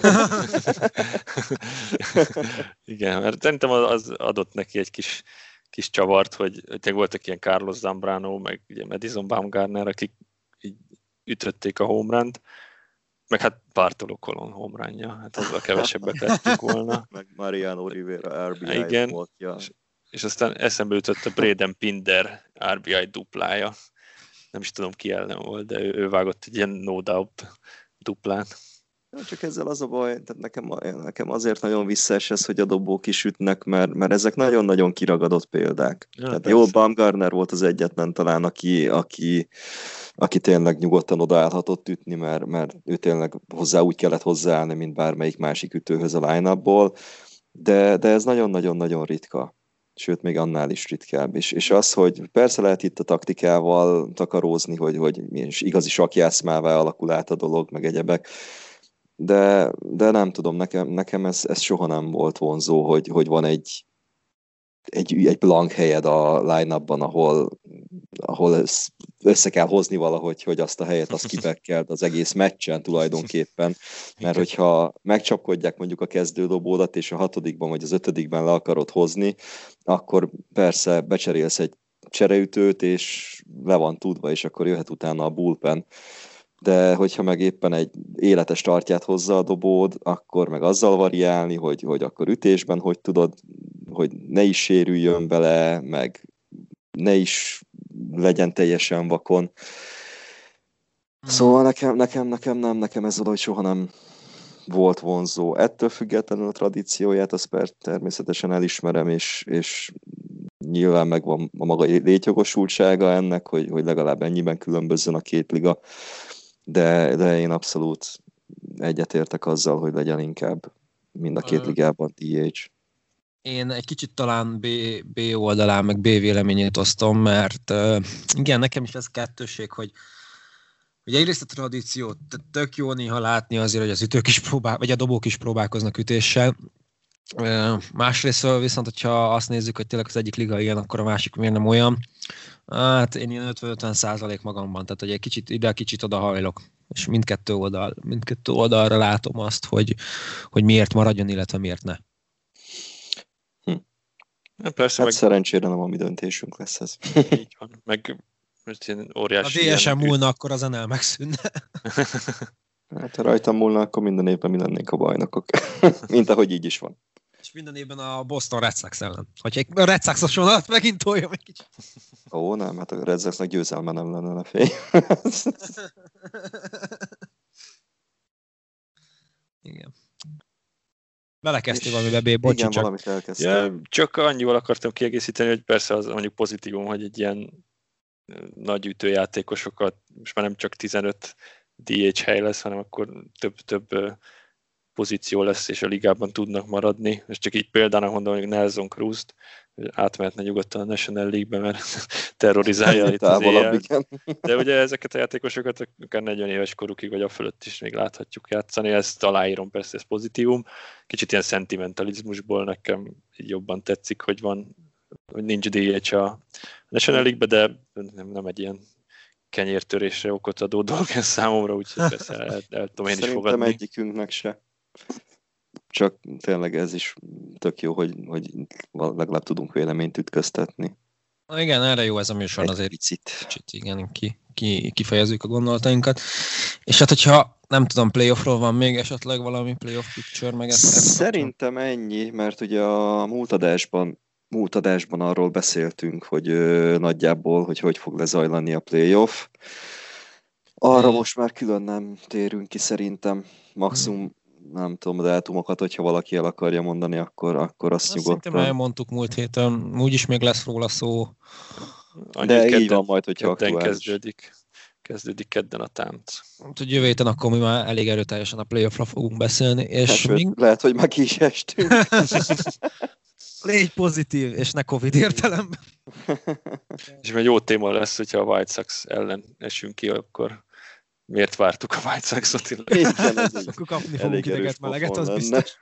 Igen, mert szerintem az adott neki egy kis kis csavart, hogy, hogy voltak ilyen Carlos Zambrano, meg ugye Madison Bumgarner, akik így ütötték a home run-t, meg hát Bartolo Colon home run-ja, hát azzal kevesebbet lettünk volna. Meg Mariano Rivera er bé i igen, volt, ja. és, és aztán eszembe jutott a Braden Pinder er bé i duplája. Nem is tudom ki ellen volt, de ő, ő vágott egy ilyen no doubt duplán. Csak ezzel az a baj, tehát nekem, nekem azért nagyon visszaes ez, hogy a dobók is ütnek, mert, mert ezek nagyon-nagyon kiragadott példák. Ja, tehát jó, Bumgarner volt az egyetlen talán, aki, aki, aki tényleg nyugodtan odaállhatott ütni, mert, mert ő tényleg hozzá úgy kellett hozzáállni, mint bármelyik másik ütőhöz a line-upból, de, de ez nagyon-nagyon-nagyon ritka. Sőt, még annál is ritkább is. És az, hogy persze lehet itt a taktikával takarózni, hogy, hogy igazi sakjászmává alakul át a dolog, meg egyebek, De, de nem tudom, nekem, nekem ez, ez soha nem volt vonzó, hogy, hogy van egy egy, egy blank helyed a line-upban, ahol, ahol össze kell hozni valahogy, hogy azt a helyet azt kipekkeld az egész meccsen tulajdonképpen, mert hogyha megcsapkodják mondjuk a kezdődobódat, és a hatodikban vagy az ötödikben le akarod hozni, akkor persze becserélsz egy csereütőt, és le van tudva, és akkor jöhet utána a bullpen. De hogyha meg éppen egy életes tartját hozza a dobód, akkor meg azzal variálni, hogy, hogy akkor ütésben hogy tudod, hogy ne is sérüljön bele, meg ne is legyen teljesen vakon. Szóval nekem, nekem, nekem nem, nekem ez oda, hogy soha nem volt vonzó. Ettől függetlenül a tradícióját, azt természetesen elismerem, és, és nyilván megvan a maga létjogosultsága ennek, hogy, hogy legalább ennyiben különbözzön a két liga. De, de én abszolút egyetértek azzal, hogy legyen inkább mind a két ligában dé há. Én egy kicsit talán B, B oldalán, meg B véleményét osztom, mert uh, igen, nekem is ez kettőség, hogy ugye egyrészt a tradíciót tök jó néha látni azért, hogy az ütők is próbál, vagy a dobók is próbálkoznak ütéssel. Uh, másrészt viszont, hogyha azt nézzük, hogy tényleg az egyik liga ilyen, akkor a másik miért nem olyan. Hát én ilyen ötven-ötven százalék magamban, tehát hogy egy kicsit ide, kicsit oda hajlok. És mindkettő oldal, mindkettő oldalra látom azt, hogy, hogy miért maradjon, illetve miért ne. Hm. Persze, hát meg... szerencsére nem a mi döntésünk lesz ez. Így van, meg most ilyen óriási... Ha dé es em múlna, akkor az en el megszűnne. Hát ha rajtam múlna, akkor minden évben mi lennénk a bajnokok. Mint ahogy így is van. És minden évben a Boston Red Sox ellen. Hogyha egy Red Sox-os vonalat megint tolja egy kicsit. Ó, nem, hát a Red Sox-nak győzelme nem lenne a fény. Igen. Belekezdtél valamibe, B, bocsi, igen, csak. valamit elkezdtem. Ja, csak annyival akartam kiegészíteni, hogy persze az mondjuk pozitívum, hogy egy ilyen nagy ütőjátékosokat, most már nem csak tizenöt dé há hely lesz, hanem akkor több-több pozíció lesz, és a ligában tudnak maradni. És csak így példának mondom, hogy Nelson Cruz-t átmehetne nyugodtan a National League-be, mert terrorizálja itt az éjjel. De ugye ezeket a játékosokat akár negyven éves korukig, vagy a fölött is még láthatjuk játszani. Ezt aláírom, persze ez pozitívum. Kicsit ilyen szentimentalizmusból nekem jobban tetszik, hogy van, hogy nincs dé há a National League-be, de nem, nem egy ilyen kenyértörésre okot adó dolog ez számomra, úgyhogy persze el, el tudom én is fogadni. Szerintem egyikünknek se. Csak tényleg ez is tök jó, hogy, hogy legalább tudunk véleményt ütköztetni. Na igen, erre jó ez a műsor, azért picit. Kicsit, igen, ki, ki, kifejezzük a gondolatainkat. És hát, hogyha nem tudom, playoffról van még esetleg valami playoff picture, meg ezt. Szerintem ennyi, mert ugye a múlt adásban, múlt adásban arról beszéltünk, hogy ö, nagyjából, hogy hogy fog lezajlani a playoff. Arra hmm. most már külön nem térünk ki szerintem. Maximum hmm. nem tudom, a dátumokat, hogyha valaki el akarja mondani, akkor, akkor azt, azt nyugodtan. Szerintem elmondtuk múlt héten, úgyis még lesz róla szó. Annyi de kedden, így van majd, hogyha aktuális. Kezdődik, kezdődik kedden a tánc. Úgyhogy jövő héten akkor mi már elég erőteljesen a playoffra fogunk beszélni. És hát, még... Lehet, hogy meg is estünk. Légy pozitív, és ne Covid értelemben. És egy jó téma lesz, hogyha a White Sox ellen esünk ki, akkor miért vártuk a White Sox-ot? Igen, akkor kapni fogunk ideget, meleget, az biztos.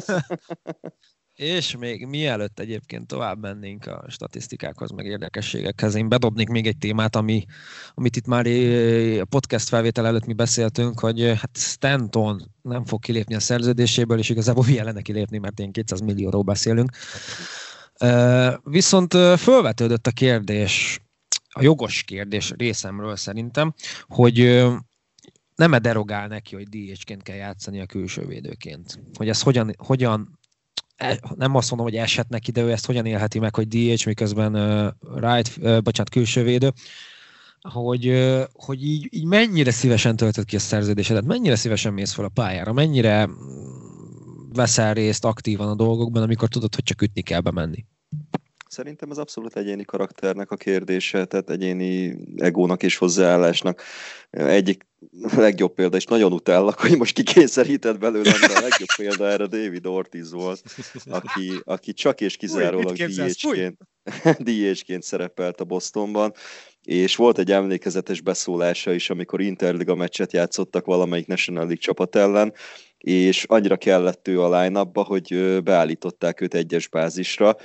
És még mielőtt egyébként tovább mennénk a statisztikákhoz, meg érdekességekhez, én bedobnék még egy témát, ami, amit itt már a podcast felvétel előtt mi beszéltünk, hogy hát Stanton nem fog kilépni a szerződéséből, és igazából milyen lenne kilépni, mert én kétszáz millióról beszélünk. Viszont fölvetődött a kérdés, a jogos kérdés részemről szerintem, hogy nem-e derogál neki, hogy dé há-ként kell játszani a külső védőként. Hogy ez hogyan, hogyan nem azt mondom, hogy eshet neki, de ő ezt hogyan élheti meg, hogy dé há, miközben uh, right, uh, bocsánat, külső védő, hogy, uh, hogy így, így mennyire szívesen töltöd ki a szerződésedet, mennyire szívesen mész fel a pályára, mennyire veszel részt aktívan a dolgokban, amikor tudod, hogy csak ütni kell bemenni. Szerintem ez abszolút egyéni karakternek a kérdése, tehát egyéni egónak és hozzáállásnak. Egyik legjobb példa, és nagyon utállak, hogy most kikényszerített belőlem, de a legjobb példa erre David Ortiz volt, aki, aki csak és kizárólag dé há-ként szerepelt a Bostonban, és volt egy emlékezetes beszólása is, amikor Interliga meccset játszottak valamelyik National League csapat ellen, és annyira kellett ő a line-upba, hogy beállították őt egyes bázisra,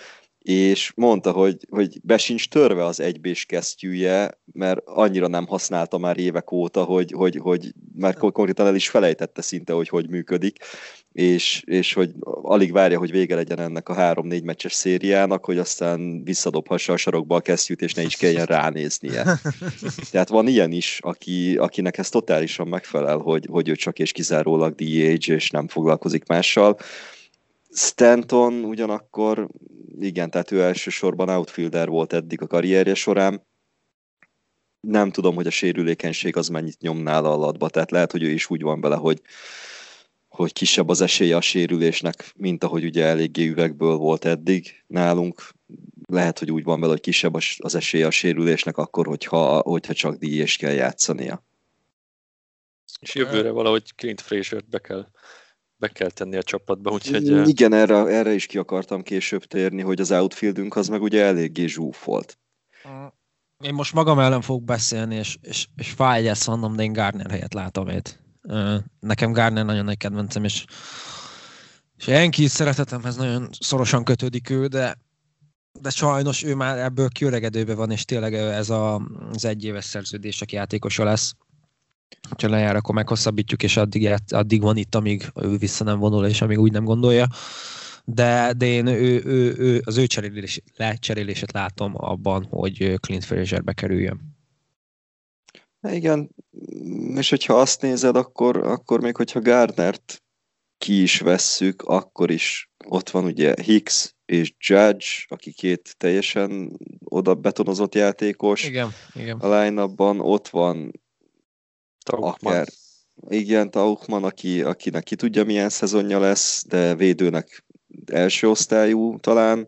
és mondta, hogy, hogy be sincs törve az egybés kesztyűje, mert annyira nem használta már évek óta, hogy, hogy, hogy már konkrétan el is felejtette szinte, hogy hogy működik, és, és hogy alig várja, hogy vége legyen ennek a három-négy meccses szériának, hogy aztán visszadobhassa a sarokba a kesztyűt, és ne is kelljen ránéznie. Tehát van ilyen is, aki, akinek ez totálisan megfelel, hogy, hogy ő csak és kizárólag dé há, és nem foglalkozik mással. Stanton ugyanakkor, igen, tehát ő elsősorban outfielder volt eddig a karrierje során. Nem tudom, hogy a sérülékenység az mennyit nyom nála a latba, tehát lehet, hogy ő is úgy van vele, hogy, hogy kisebb az esélye a sérülésnek, mint ahogy ugye eléggé üvegből volt eddig nálunk. Lehet, hogy úgy van vele, hogy kisebb az esélye a sérülésnek akkor, hogyha, hogyha csak dé há-s kell játszania. És jövőre valahogy Clint Fraziert be kell be kell tenni a csapatba, úgyhogy... Igen, erre, erre is ki akartam később térni, hogy az outfieldünk az meg ugye eléggé zsúfolt. Én most magam ellen fogok beszélni, és, és, és fáj ezt mondom, de én Gardner helyett látom őt. Nekem Gardner nagyon nagy kedvencem, és, és Yankees szeretetemhez nagyon szorosan kötődik ő, de, de sajnos ő már ebből kiöregedőben van, és tényleg ez a, az egyéves szerződések játékosa lesz. Ha lejár, akkor meghosszabbítjuk, és addig, addig van itt, amíg ő vissza nem vonul, és amíg úgy nem gondolja. De, de én ő, ő, ő, az ő cserélés, lecserélését látom abban, hogy Clint Frazier bekerüljön. Igen, és hogyha azt nézed, akkor, akkor még hogyha Gardnert ki is vesszük, akkor is ott van ugye Hicks és Judge, aki két teljesen oda betonozott játékos. Igen, igen. A line-upban ott van Tauchman. Akár, igen, Tauchman, aki, akinek ki tudja milyen szezonja lesz, de védőnek első osztályú talán.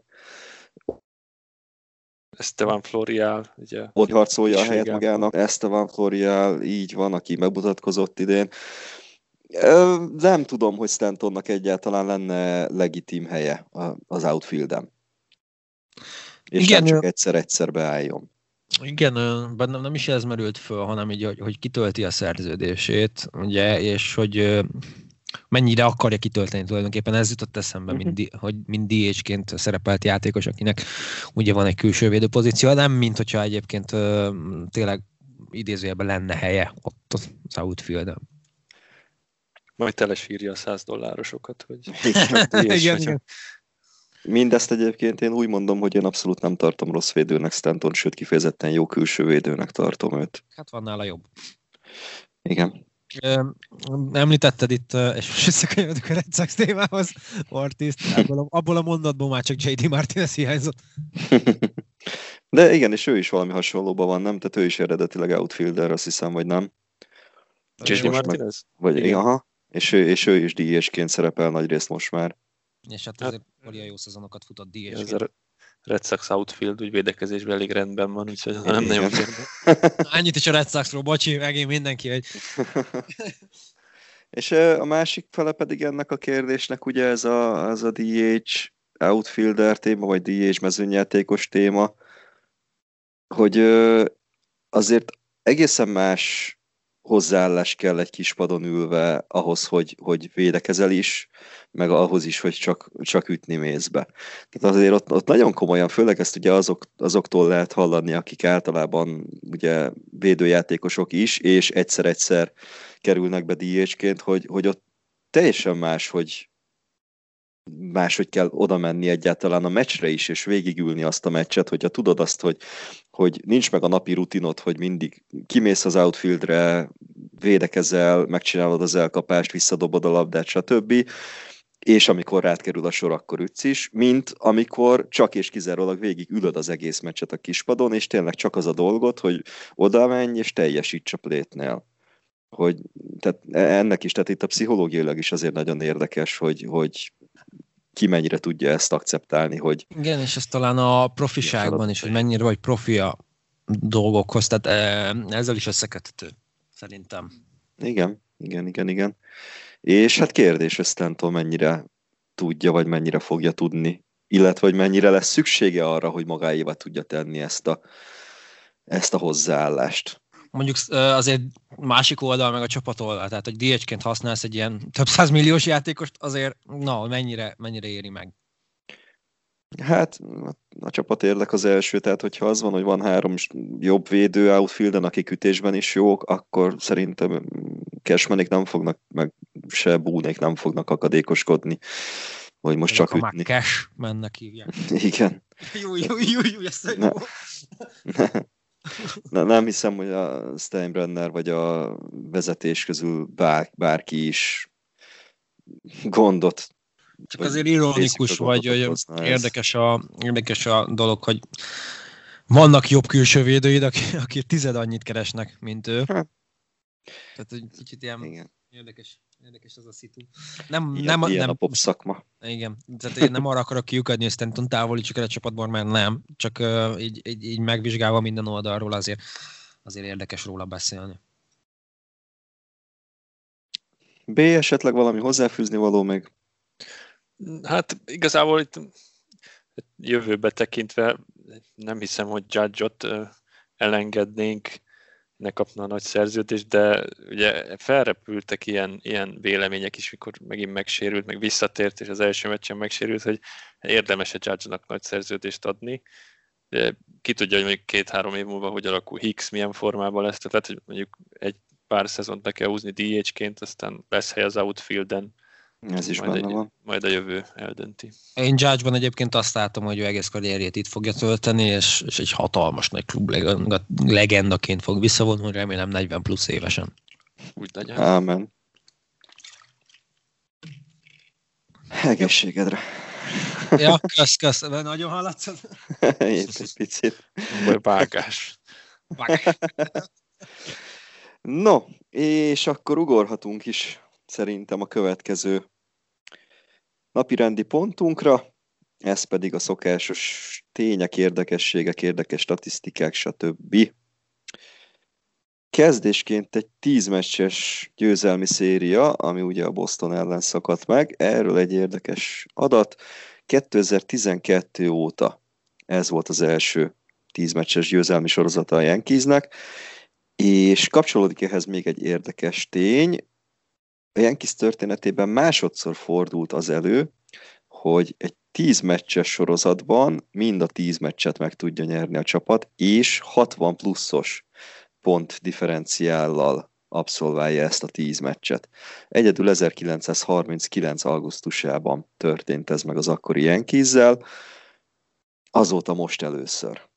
Esteban Florial, ugye. Ott harcolja a helyet Isségában. magának. Esteban Florial, így van, aki megmutatkozott idén. Nem tudom, hogy Stantonnak egyáltalán lenne legitim helye az outfielden. És igen, nem csak egyszer-egyszer beálljon. Igen, bennem nem is ez merült föl, hanem így, hogy, hogy kitölti a szerződését, ugye, és hogy mennyire akarja kitölteni tulajdonképpen. Ez jutott eszembe, uh-huh. mint, hogy mind dé há-ként szerepelt játékos, akinek ugye van egy külső védő pozíció, nem mint hogyha egyébként tényleg idézőjelben lenne helye ott az outfielden. Majd telesírja a száz dollárosokat, hogy... igen, igen, igen. Mindezt egyébként én úgy mondom, hogy én abszolút nem tartom rossz védőnek Stanton, sőt kifejezetten jó külső védőnek tartom őt. Hát van nála jobb. Igen. Említetted itt, és most visszakanyarodok a Red Sox témához, Ortizt, abból, abból a mondatból már csak jé dé Martinez hiányzott. De igen, és ő is valami hasonlóban van, nem? Tehát ő is eredetileg outfielder, azt hiszem, vagy nem? jé dé Martinez? Meg, vagy, igen. Aha. És ő, és ő is dé há-ként szerepel nagyrészt most már. És hát azért olyan jó szezonokat futott dé há-ként. Ez a Red Sox outfield úgy védekezésben elég rendben van, úgyhogy nem nagyon kérdem. Annyit is a Red Soxról, bocsi, megint mindenki egy. És a másik fele pedig ennek a kérdésnek ugye ez a, az a dé há outfielder téma, vagy dé há mezőnyjátékos téma, hogy azért egészen más hozzáállás kell egy kispadon ülve ahhoz, hogy, hogy védekezel is, meg ahhoz is, hogy csak, csak ütni mész be. Tehát azért ott, ott nagyon komolyan, főleg ezt ugye azok, azoktól lehet hallani, akik általában ugye védőjátékosok is, és egyszer-egyszer kerülnek be dé há-ként, hogy, hogy ott teljesen más, hogy máshogy kell oda menni egyáltalán a meccsre is, és végigülni azt a meccset, hogyha tudod azt, hogy, hogy nincs meg a napi rutinod, hogy mindig kimész az outfieldre, védekezel, megcsinálod az elkapást, visszadobod a labdát, stb., és amikor rád kerül a sor, akkor ütsz is, mint amikor csak és kizárólag végig ülöd az egész meccset a kispadon, és tényleg csak az a dolgod, hogy oda menj, és teljesíts a plétnél. Hogy, tehát ennek is, tehát itt a pszichológiailag is azért nagyon érdekes, hogy, hogy ki mennyire tudja ezt akceptálni, hogy... Igen, és ez talán a profiságban is, hogy mennyire vagy profi a dolgokhoz, tehát ezzel is összeköthető, szerintem. Igen, igen, igen, igen. És hát kérdés, hogy Stanton mennyire tudja, vagy mennyire fogja tudni, illetve hogy mennyire lesz szüksége arra, hogy magáévá tudja tenni ezt a, ezt a hozzáállást. Mondjuk azért másik oldal, meg a csapat oldal, tehát hogy dé há-ként használsz egy ilyen több százmilliós játékost, azért na, mennyire, mennyire éri meg? Hát a csapat érdek az első, tehát hogyha az van, hogy van három jobb védő outfielden, akik ütésben is jók, akkor szerintem Cashmanék nem fognak, meg se Boonék nem fognak akadékoskodni, hogy most Ezek csak a ütni. Cash mennek hívják. Igen. Jó, jó, jó, jó, ezt a Ne. jó. Ne, nem hiszem, hogy a Steinbrenner vagy a vezetés közül bár, bárki is gondot. Csak azért ironikus vagy, hogy hozna ez. érdekes a, érdekes a dolog, hogy vannak jobb külső védőid, akik, akik tized annyit keresnek, mint ő. Hát. Tehát egy kicsit ilyen Igen. érdekes, érdekes az a szitu. Nem, Ilyen, nem, ilyen nem, a pop szakma. igen, tehát én nem arra akarok kiukadni, hogy Stanton távolítsuk el a csapatból, mert nem. Csak uh, így, így, így megvizsgálva minden oldalról azért, azért érdekes róla beszélni. B, esetleg valami hozzáfűzni való még? Hát igazából itt jövőbe tekintve nem hiszem, hogy Judge-ot elengednénk, ne kapna a nagy szerződést, de ugye felrepültek ilyen, ilyen vélemények is, mikor megint megsérült, meg visszatért, és az első meccsen megsérült, hogy érdemes-e Judge-nak nagy szerződést adni. De ki tudja, hogy mondjuk két-három év múlva hogy alakul Hicks, milyen formában lesz, tehát lehet, hogy mondjuk egy pár szezont be kell húzni dé há-ként, aztán lesz hely az outfielden. Ez is majd benne egy, van. Majd a jövő eldönti. Én Judge-ban egyébként azt látom, hogy ő egész karrierjét itt fogja tölteni, és, és egy hatalmas nagy klub legenda, legendaként fog visszavonulni, remélem negyven plusz évesen. Úgy legyen. Ámen. Egészségedre. Ja, kösz, kösz. Nagyon hallatszod? Épp egy picit. Vagy vágás. Vágás. No, és akkor ugorhatunk is szerintem a következő napirendi pontunkra, ez pedig a szokásos tények, érdekességek, érdekes statisztikák, stb. Kezdésként egy tíz meccses győzelmi széria, ami ugye a Boston ellen szakadt meg. Erről egy érdekes adat. kétezer-tizenkettő óta ez volt az első tíz meccses győzelmi sorozata a Yankeesnek, és kapcsolódik ehhez még egy érdekes tény. A Yankees történetében másodszor fordult az elő, hogy egy tíz meccses sorozatban mind a tíz meccset meg tudja nyerni a csapat, és hatvan pluszos pont differenciállal abszolválja ezt a tíz meccset. Egyedül ezerkilencszázharminckilenc. augusztusában történt ez meg az akkori Yankees-zel, azóta most először.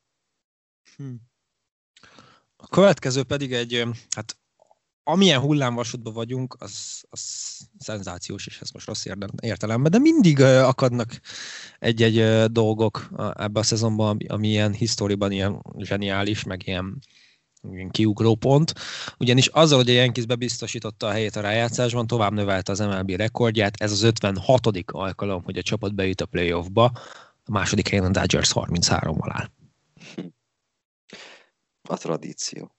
A következő pedig egy, hát amilyen hullámvasútban vagyunk, az, az szenzációs, és ez most rossz értelemben, de mindig akadnak egy-egy dolgok ebbe a szezonban, ami ilyen historiban ilyen zseniális, meg ilyen, ilyen kiugró pont. Ugyanis azzal, hogy a Yankees bebiztosította a helyét a rájátszásban, tovább növelte az em el bé rekordját. Ez az ötvenhatodik alkalom, hogy a csapat bejut a playoffba. A második helyen a Dodgers harminchárommal áll. A tradíció.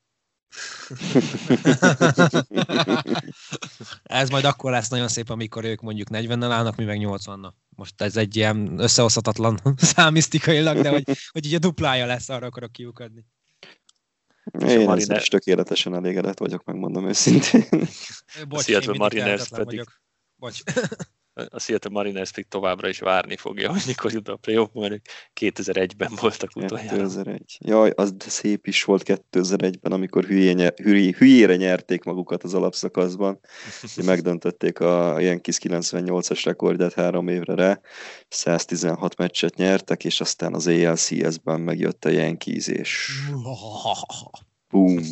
Ez majd akkor lesz nagyon szép, amikor ők mondjuk negyvennel állnak, mi meg nyolcvannak. Most ez egy ilyen összehozhatatlan számisztikailag, de hogy, hogy így a duplája lesz, arra akarok kiukadni. Én Marine... is tökéletesen elégedett vagyok, megmondom őszintén. Bocs, a Seattle Mariners pedig, vagyok. Bocs. A Seattle Mariners pedig továbbra is várni fogja, hogy mikor jut a playoffba, mert kétezer-egyben voltak utoljára. kétezer-egy. Jaj, az szép is volt kétezer-egyben, amikor hülyé, hülyé, hülyére nyerték magukat az alapszakaszban. Megdöntötték a Yankees kilencvennyolcas rekordját három évre rá, száztizenhat meccset nyertek, és aztán az á el cé es-ben megjött a Yankees, és boom!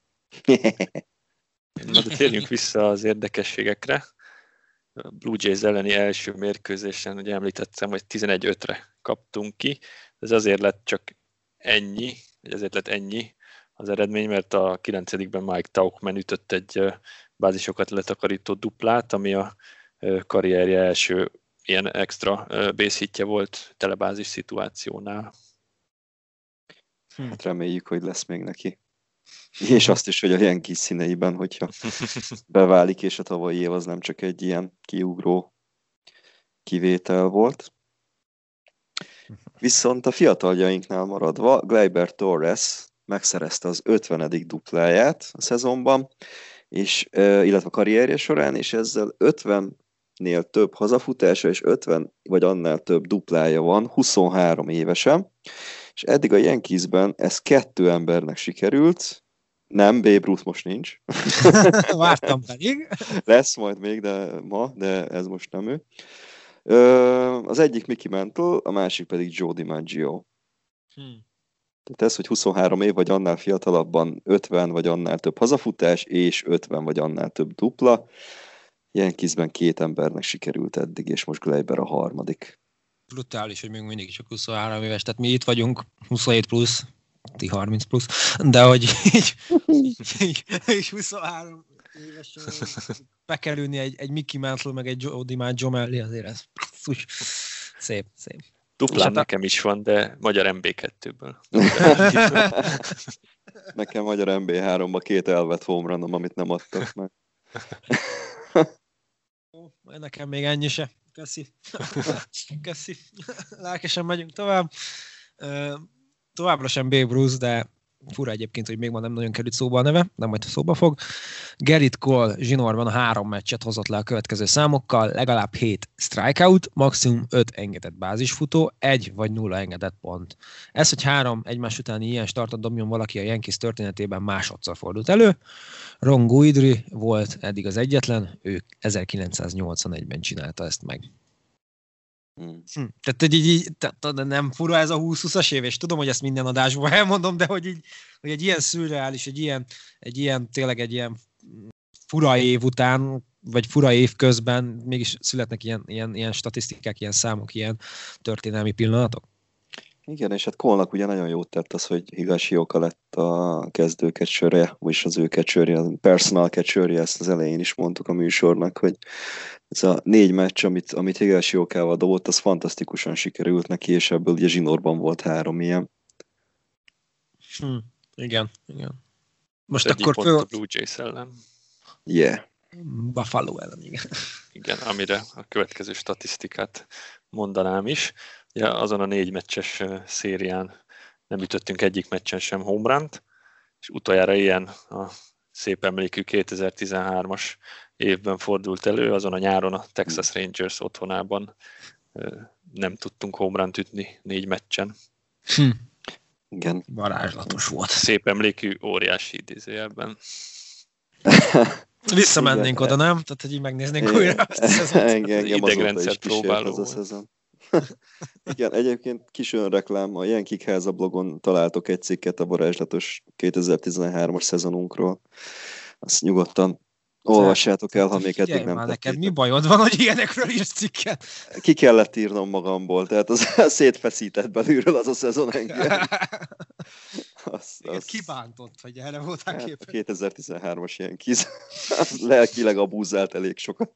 Na, de térjünk vissza az érdekességekre. A Blue Jays elleni első mérkőzésen, ugye említettem, hogy tizenegy ötre kaptunk ki. Ez azért lett csak ennyi, ezért lett ennyi az eredmény, mert a kilencedikben Mike Tauchman ütött egy bázisokat letakarító duplát, ami a karrierje első ilyen extra base hitje volt telebázis szituációnál. Hát reméljük, hogy lesz még neki. És azt is, hogy a Yankees színeiben, hogyha beválik, és a tavalyi év az nem csak egy ilyen kiugró kivétel volt. Viszont a fiataljainknál maradva Gleyber Torres megszerezte az ötvenedik dupláját a szezonban, és, illetve a karrierje során, és ezzel ötven nél több hazafutása, és ötven vagy annál több duplája van, huszonhárom évesen, és eddig a Yankeesben ez kettő embernek sikerült, nem, Babe Ruth most nincs. Vártam pedig. Lesz majd még, de ma, de ez most nem ő. Az egyik Mickey Mantle, a másik pedig Joe DiMaggio. Hmm. Tehát ez, hogy huszonhárom év vagy annál fiatalabban ötven vagy annál több hazafutás, és ötven vagy annál több dupla. Yankeesben két embernek sikerült eddig, és most Gleyber a harmadik. Brutális, hogy még mindig csak huszonhárom éves, tehát mi itt vagyunk huszonhét plusz, ti harminc plusz, de hogy így, így, így, így huszonhárom éves be kell ülni egy, egy Mickey Mantle, meg egy Joe DiMaggio mellé, azért ez szép, szép. Duplán nekem is van, de magyar em bé kettőből. Nekem magyar em bé háromba két elvett home runom, amit nem adtak meg. Nekem még ennyi se. Köszi. Köszi. Lelkesen megyünk tovább. Továbbra sem Babe Ruth, de fura egyébként, hogy még ma nem nagyon került szóba a neve, nem majd szóba fog. Gerrit Cole zsinórban a három meccset hozott le a következő számokkal, legalább hét strikeout, maximum öt engedett bázisfutó, egy vagy nulla engedett pont. Ez, hogy három egymás utáni ilyen startot dobjon valaki a Yankees történetében, másodszor fordult elő. Ron Guidry volt eddig az egyetlen, ő ezerkilencszáznyolcvanegyben csinálta ezt meg. Hmm. Hm. Tehát, hogy így, így tehát nem fura ez a húsz-húszas év, és tudom, hogy ezt minden adásban elmondom, de hogy, így, hogy egy ilyen szürreális, egy ilyen, egy ilyen, tényleg egy ilyen fura év után, vagy fura év közben mégis születnek ilyen, ilyen, ilyen statisztikák, ilyen számok, ilyen történelmi pillanatok. Igen, és hát Cole-nak ugye nagyon jót tett az, hogy Higashioka lett a kezdő catcherje, vagyis az ő catcherje, a personal catcherje, ezt az elején is mondtuk a műsornak, hogy ez a négy meccs, amit, amit Higashioka-val dobott, az fantasztikusan sikerült neki, és ebből ugye zsinórban volt három ilyen. Hm, igen, igen. Most Egyik akkor föl... a Blue Jays ellen. Yeah. Buffalo ellen, igen. Igen, amire a következő statisztikát mondanám is. Ja, azon a négy meccses szérián nem ütöttünk egyik meccsen sem home runt, és utoljára ilyen a szép emlékű kétezer-tizenhármas évben fordult elő, azon a nyáron a Texas Rangers otthonában nem tudtunk home runt ütni négy meccsen. Hm. Igen. Varázslatos volt. Szép emlékű, óriási idézőjelben. Visszamennénk igen, oda, nem? Tehát, hogy így megnéznénk igen, újra azt a szezont. Engem idegrendszer próbáló. Az a szezon. Igen, egyébként kis önreklám, a Yankee Háza blogon találtok egy cikket a varázslatos kétezer-tizenhármas szezonunkról. Azt nyugodtan olvassátok el, ha még eddig nem tettétek. Neked mi bajod van, hogy ilyenekről írsz cikket? Ki kellett írnom magamból, tehát az szétfeszített belülről az a szezon engem. Azt, azt... Kibántott, hogy erre voltál hát képes. kétezer-tizenhármas Yankees. Lelkileg abúzált elég sokat.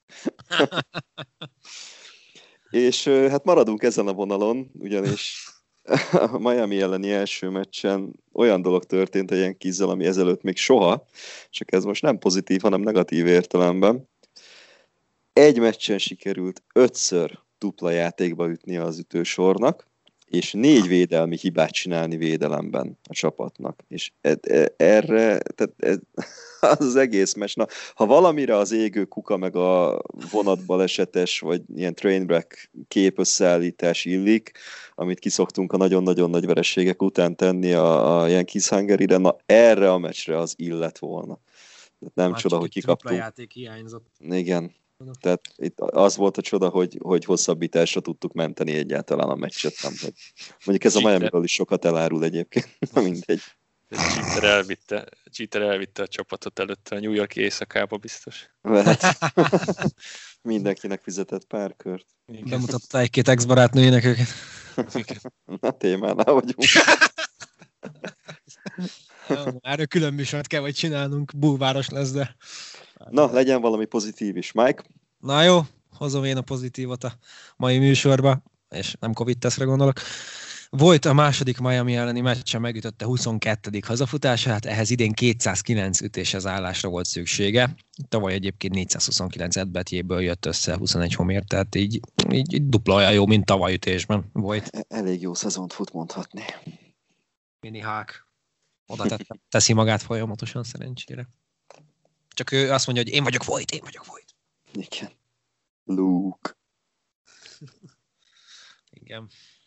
És hát maradunk ezen a vonalon, ugyanis a Miami elleni első meccsen olyan dolog történt a Yankees-zel, ami ezelőtt még soha, csak ez most nem pozitív, hanem negatív értelemben. Egy meccsen sikerült ötször dupla játékba ütni az ütősornak, és négy védelmi hibát csinálni védelemben a csapatnak. És erre, tehát ez, az egész meccs, na, ha valamire az égő kuka meg a vonatbalesetes, vagy ilyen trainwreck kép összeállítás illik, amit kiszoktunk a nagyon-nagyon nagy vereségek után tenni a, a Yankees Hungary-re, na erre a meccsre az illet volna. Nem már csoda, hogy kikaptunk. Játék hiányzott. Igen. Tehát itt az volt a csoda, hogy, hogy hosszabbításra tudtuk menteni egyáltalán a meccset. Nem, hogy mondjuk ez a Miamiről is sokat elárul egyébként. Mindegy. Jeter elvitte, Jeter elvitte a csapatot előtte a New York éjszakába biztos. Lehet. Mindenkinek fizetett pár kört. Bemutatta egy-két ex-barátnőjének őket. Na, témánál vagyunk. Erről külön műsort kell vagy csinálnunk, búváros lesz, de... Na, legyen valami pozitív is, Mike. Na jó, hozom én a pozitívot a mai műsorba, és nem Covid-tesztre gondolok. Volt a második Miami elleni meccsen, megütötte huszonkettő hazafutását, ehhez idén kétszázkilenc ütéshez állásra volt szüksége. Tavaly egyébként négyszázhuszonkilenc at-batjéből jött össze huszonegy homért, tehát így, így, így dupla olyan jó, mint tavaly ütésben volt. Elég jó szezont fut mondhatni. Mini hák. Oda tettem. Teszi magát folyamatosan szerencsére. Csak ő azt mondja, hogy én vagyok Voit, én vagyok Voit. Igen. Luke. Igen.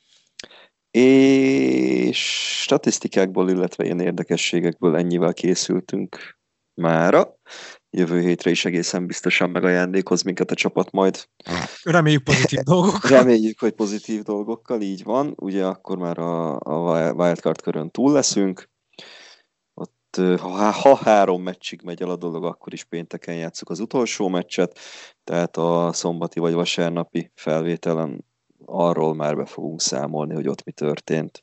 És statisztikákból, illetve ilyen érdekességekből ennyivel készültünk mára. Jövő hétre is egészen biztosan megajándékoz minket a csapat majd. Reméljük pozitív dolgokkal. Reméljük, hogy pozitív dolgokkal, így van. Ugye akkor már a, a wildcard körön túl leszünk. Ott, ha, ha három meccsig megy el a dolog, akkor is pénteken játsszuk az utolsó meccset, tehát a szombati vagy vasárnapi felvételen arról már be fogunk számolni, hogy ott mi történt.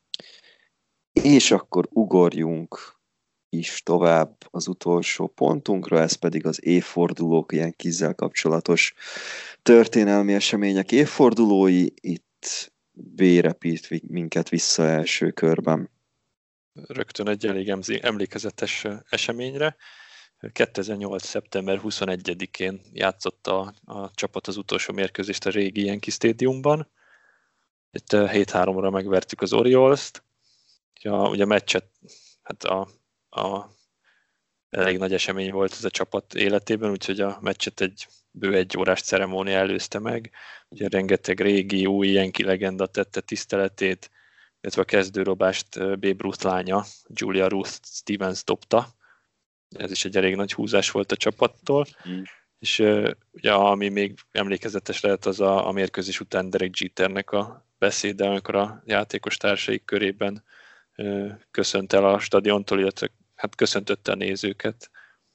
És akkor ugorjunk is tovább az utolsó pontunkra, ez pedig az évfordulók, ilyen kizzel kapcsolatos történelmi események évfordulói. Itt bérepít minket vissza első körben. Rögtön egy elég emlékezetes eseményre. kétezer-nyolc. szeptember huszonegyedikén játszott a, a csapat az utolsó mérkőzést a régi Yankee Stadiumban. Itt hét háromra megvertük az Orioles-t. Ja, ugye a meccset, hát a, a elég nagy esemény volt ez a csapat életében, úgyhogy a meccset egy bő egy órás ceremónia előzte meg. Ugye rengeteg régi, új Yankee legenda tette tiszteletét, illetve a kezdőrobást Babe Ruth lánya, Julia Ruth Stevens dobta. Ez is egy elég nagy húzás volt a csapattól. Mm. És uh, ugye ami még emlékezetes lehet, az a, a mérkőzés után Derek Jeternek a beszéde, amikor a játékos társaik körében uh, köszönt el a stadiontól, illetve hát köszöntötte a nézőket.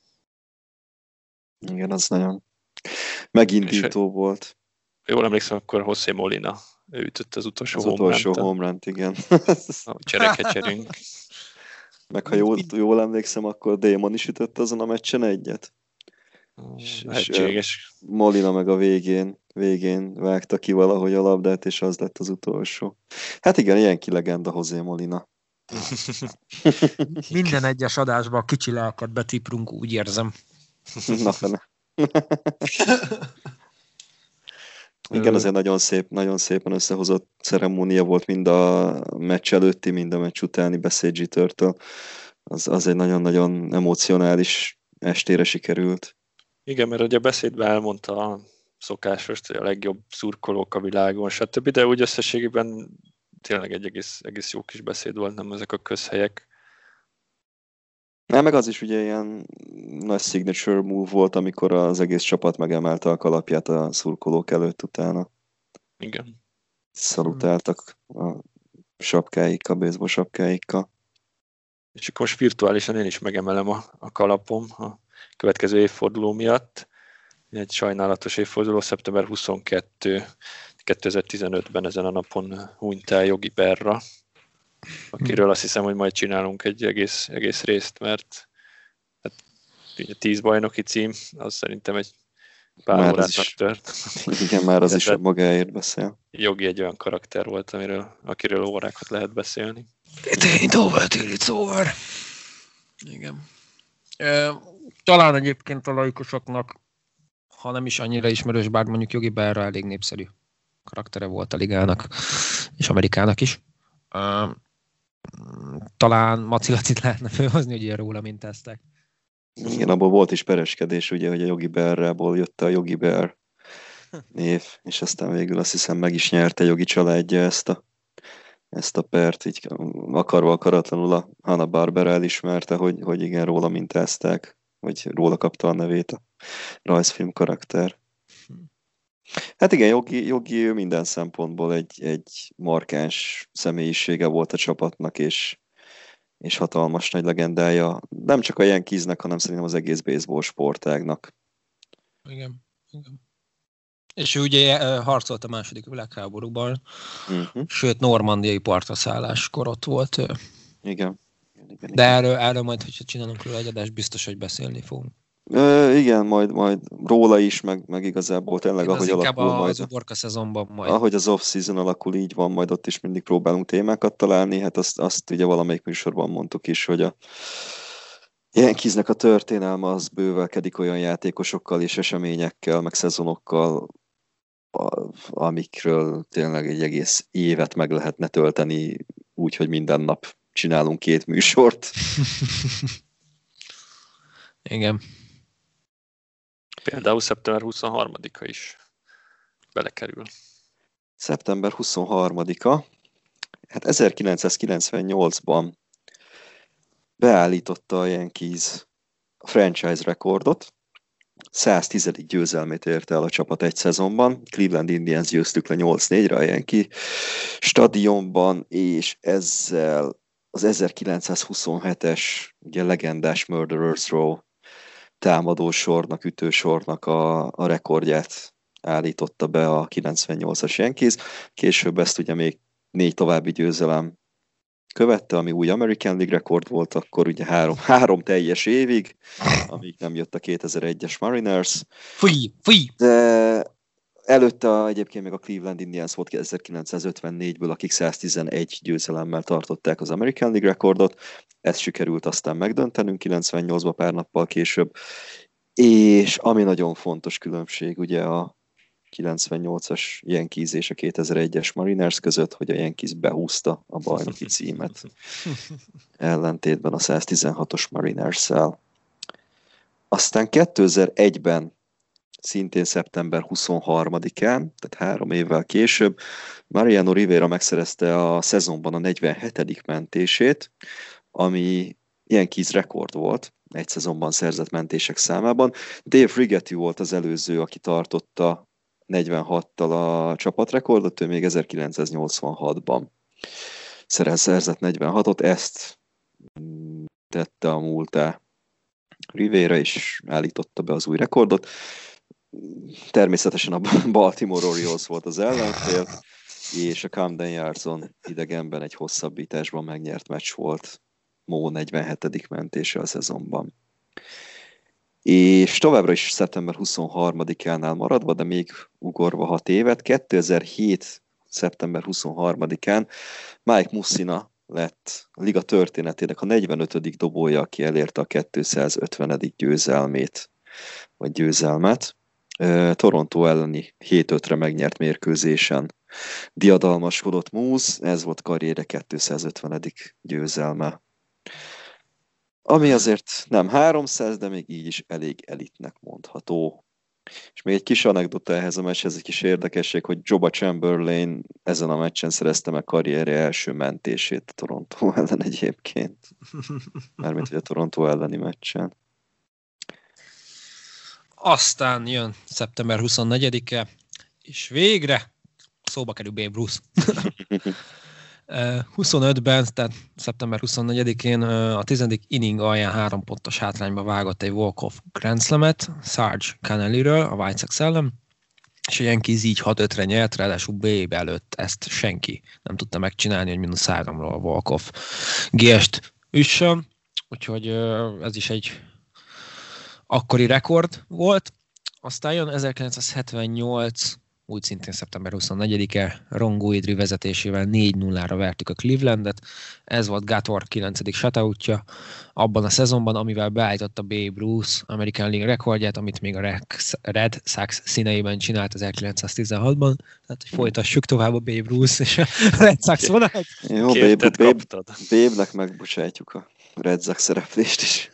Igen, az nagyon megindító és, volt. Jól emlékszem, akkor José Molina ő ütött az utolsó az utolsó home-runt, igen. Cserekecsérünk. Meg ha jól, jól emlékszem, akkor Damon is ütött azon a meccsen egyet. Lehetséges. Molina meg a végén, végén vágta ki valahogy a labdát, és az lett az utolsó. Hát igen, ilyen kilegenda José Molina. Minden egyes adásban a kicsi lelket betiprunk, úgy érzem. Na fene. Igen, azért nagyon szép, nagyon szépen összehozott ceremónia volt mind a meccs előtti, mind a meccs utáni beszéd Jetertől. Az, az egy nagyon-nagyon emocionális estére sikerült. Igen, mert ugye a beszédben elmondta a szokásos, hogy a legjobb szurkolók a világon, stb. De úgy összességében tényleg egy egész, egész jó kis beszéd volt, nem ezek a közhelyek. Nem, meg az is ugye ilyen nagy signature move volt, amikor az egész csapat megemelte a kalapját a szurkolók előtt utána. Igen. Szalutáltak a sapkáikkal, baseball sapkáikkal. És akkor most virtuálisan én is megemelem a, a kalapom a következő évforduló miatt. Egy sajnálatos évforduló, szeptember huszonkettő kétezer-tizenötben ezen a napon hunyt el Yogi Berra, akiről azt hiszem, hogy majd csinálunk egy egész, egész részt, mert hát, ugye tíz bajnoki cím, az szerintem egy pár már órátnak tört. Igen, már az is a magáért beszél. Jogi egy olyan karakter volt, amiről, akiről órákat lehet beszélni. It ain't over till it's over. Igen. E, talán egyébként a laikusoknak, ha nem is annyira ismerős, bár mondjuk Yogi Berra elég népszerű karaktere volt a ligának, és Amerikának is. Uh, talán Maci Lacit lehetne fölhozni, hogy ilyen róla mintázták. Igen, abból volt is pereskedés, ugye, hogy a Yogi Berrából jött a Yogi Bear név, és aztán végül azt hiszem meg is nyerte Yogi családja ezt a, ezt a pert, így akarva akaratlanul a Hanna-Barbera elismerte, hogy, hogy igen, róla mintázták, vagy róla kapta a nevét a rajzfilm karakter. Hát igen, Yogi, Yogi minden szempontból egy, egy markáns személyisége volt a csapatnak, és, és hatalmas nagy legendája. Nem csak a Yankeesnek, hanem szerintem az egész baseball sportágnak. Igen, igen. És ő ugye harcolt a második világháborúban, uh-huh. sőt normandiai partraszálláskor ott volt. Igen. igen, igen. De erről, erről majd, hogyha csinálunk róla egy adást, biztos, hogy beszélni fogunk. Ö, igen, majd, majd róla is, meg, meg igazából tényleg, én ahogy alakul a, majd. Az uborka szezonban majd. Ahogy az off-season alakul, így van, majd ott is mindig próbálunk témákat találni, hát azt, azt ugye valamelyik műsorban mondtuk is, hogy a Yankeesnek a történelme az bővelkedik olyan játékosokkal és eseményekkel, meg szezonokkal, amikről tényleg egy egész évet meg lehetne tölteni, úgy, hogy minden nap csinálunk két műsort. Igen. Például szeptember huszonharmadika is belekerül. szeptember huszonharmadika. Hát ezerkilencszázkilencvennyolcban beállította a Yankees a franchise rekordot, száztizedik győzelmét érte el a csapat egy szezonban, Cleveland Indians győztük le nyolc négyre a Yankee stadionban, és ezzel az ezerkilencszázhuszonhetes ugye legendás Murderers Row támadósornak, ütősornak a, a rekordját állította be a kilencvennyolcas Yankees. Később ezt ugye még négy további győzelem követte, ami új American League rekord volt, akkor ugye három, három teljes évig, amíg nem jött a kétezer-egyes Mariners. Fúj, fúj! De előtte egyébként még a Cleveland Indians volt ezerkilencszázötvennégyből, akik száztizenegy győzelemmel tartották az American League rekordot. Ezt sikerült aztán megdöntenünk kilencvennyolcban pár nappal később. És ami nagyon fontos különbség ugye a kilencvennyolcas Yankees és a kétezer-egyes Mariners között, hogy a Yankees behúzta a bajnoki címet. Ellentétben a száztizenhatos Mariners-szel. Aztán kétezer-egyben szintén szeptember huszonharmadikán, tehát három évvel később, Mariano Rivera megszerezte a szezonban a negyvenhetedik mentését, ami Yankees rekord volt egy szezonban szerzett mentések számában. Dave Righetti volt az előző, aki tartotta negyvenhattal a csapatrekordot, ő még ezerkilencszáznyolcvanhatban szerzett negyvenhatot, ezt tette a múltá Rivera, és állította be az új rekordot. Természetesen a Baltimore Orioles volt az ellenfél, és a Camden Yardson idegenben egy hosszabbításban megnyert meccs volt Mo negyvenhetedik mentése a szezonban. És továbbra is szeptember huszonharmadikánál maradva, de még ugorva hat évet, kétezer-hét szeptember huszonharmadikán Mike Mussina lett a liga történetének a negyvenötödik dobója, aki elérte a kétszázötvenedik győzelmét, vagy győzelmet. Toronto elleni hét ötre megnyert mérkőzésen diadalmaskodott Moose, ez volt karrierje kétszázötvenedik győzelme. Ami azért nem háromszáz, de még így is elég elitnek mondható. És még egy kis anekdota ehhez a meccshez, egy kis érdekesség, hogy Joba Chamberlain ezen a meccsen szerezte meg karrierje első mentését a Toronto ellen egyébként. Mármint, hogy a Toronto elleni meccsen. Aztán jön szeptember huszonnegyedike, és végre szóba kerül Babe Ruth. huszonötben, tehát szeptember huszonnegyedikén a tizedik inning alján három pontos hátrányba vágott egy walk-off Grand Slam-et Sarge Canelliről a White Sox ellen, és a Yankees így hat ötre nyert, ráadásul Babe előtt ezt senki nem tudta megcsinálni, hogy mínusz háromról a walk-off gé est üssön, úgyhogy ez is egy akkori rekord volt. Aztán jön ezerkilencszázhetvennyolc, úgy szintén szeptember huszonnegyedike, Ron Guidry vezetésével négy nullára vertük a Clevelandet. Ez volt Gator kilencedik shutoutja abban a szezonban, amivel beállította Babe Ruth American League rekordját, amit még a Red Sox színeiben csinált ezerkilencszáztizenhatban. Tehát, hogy folytassuk tovább a Babe Ruth és a Red Sox vonat. Jó, Babe, Babe, Babe-nek megbocsátjuk a Red Sox szereplést is.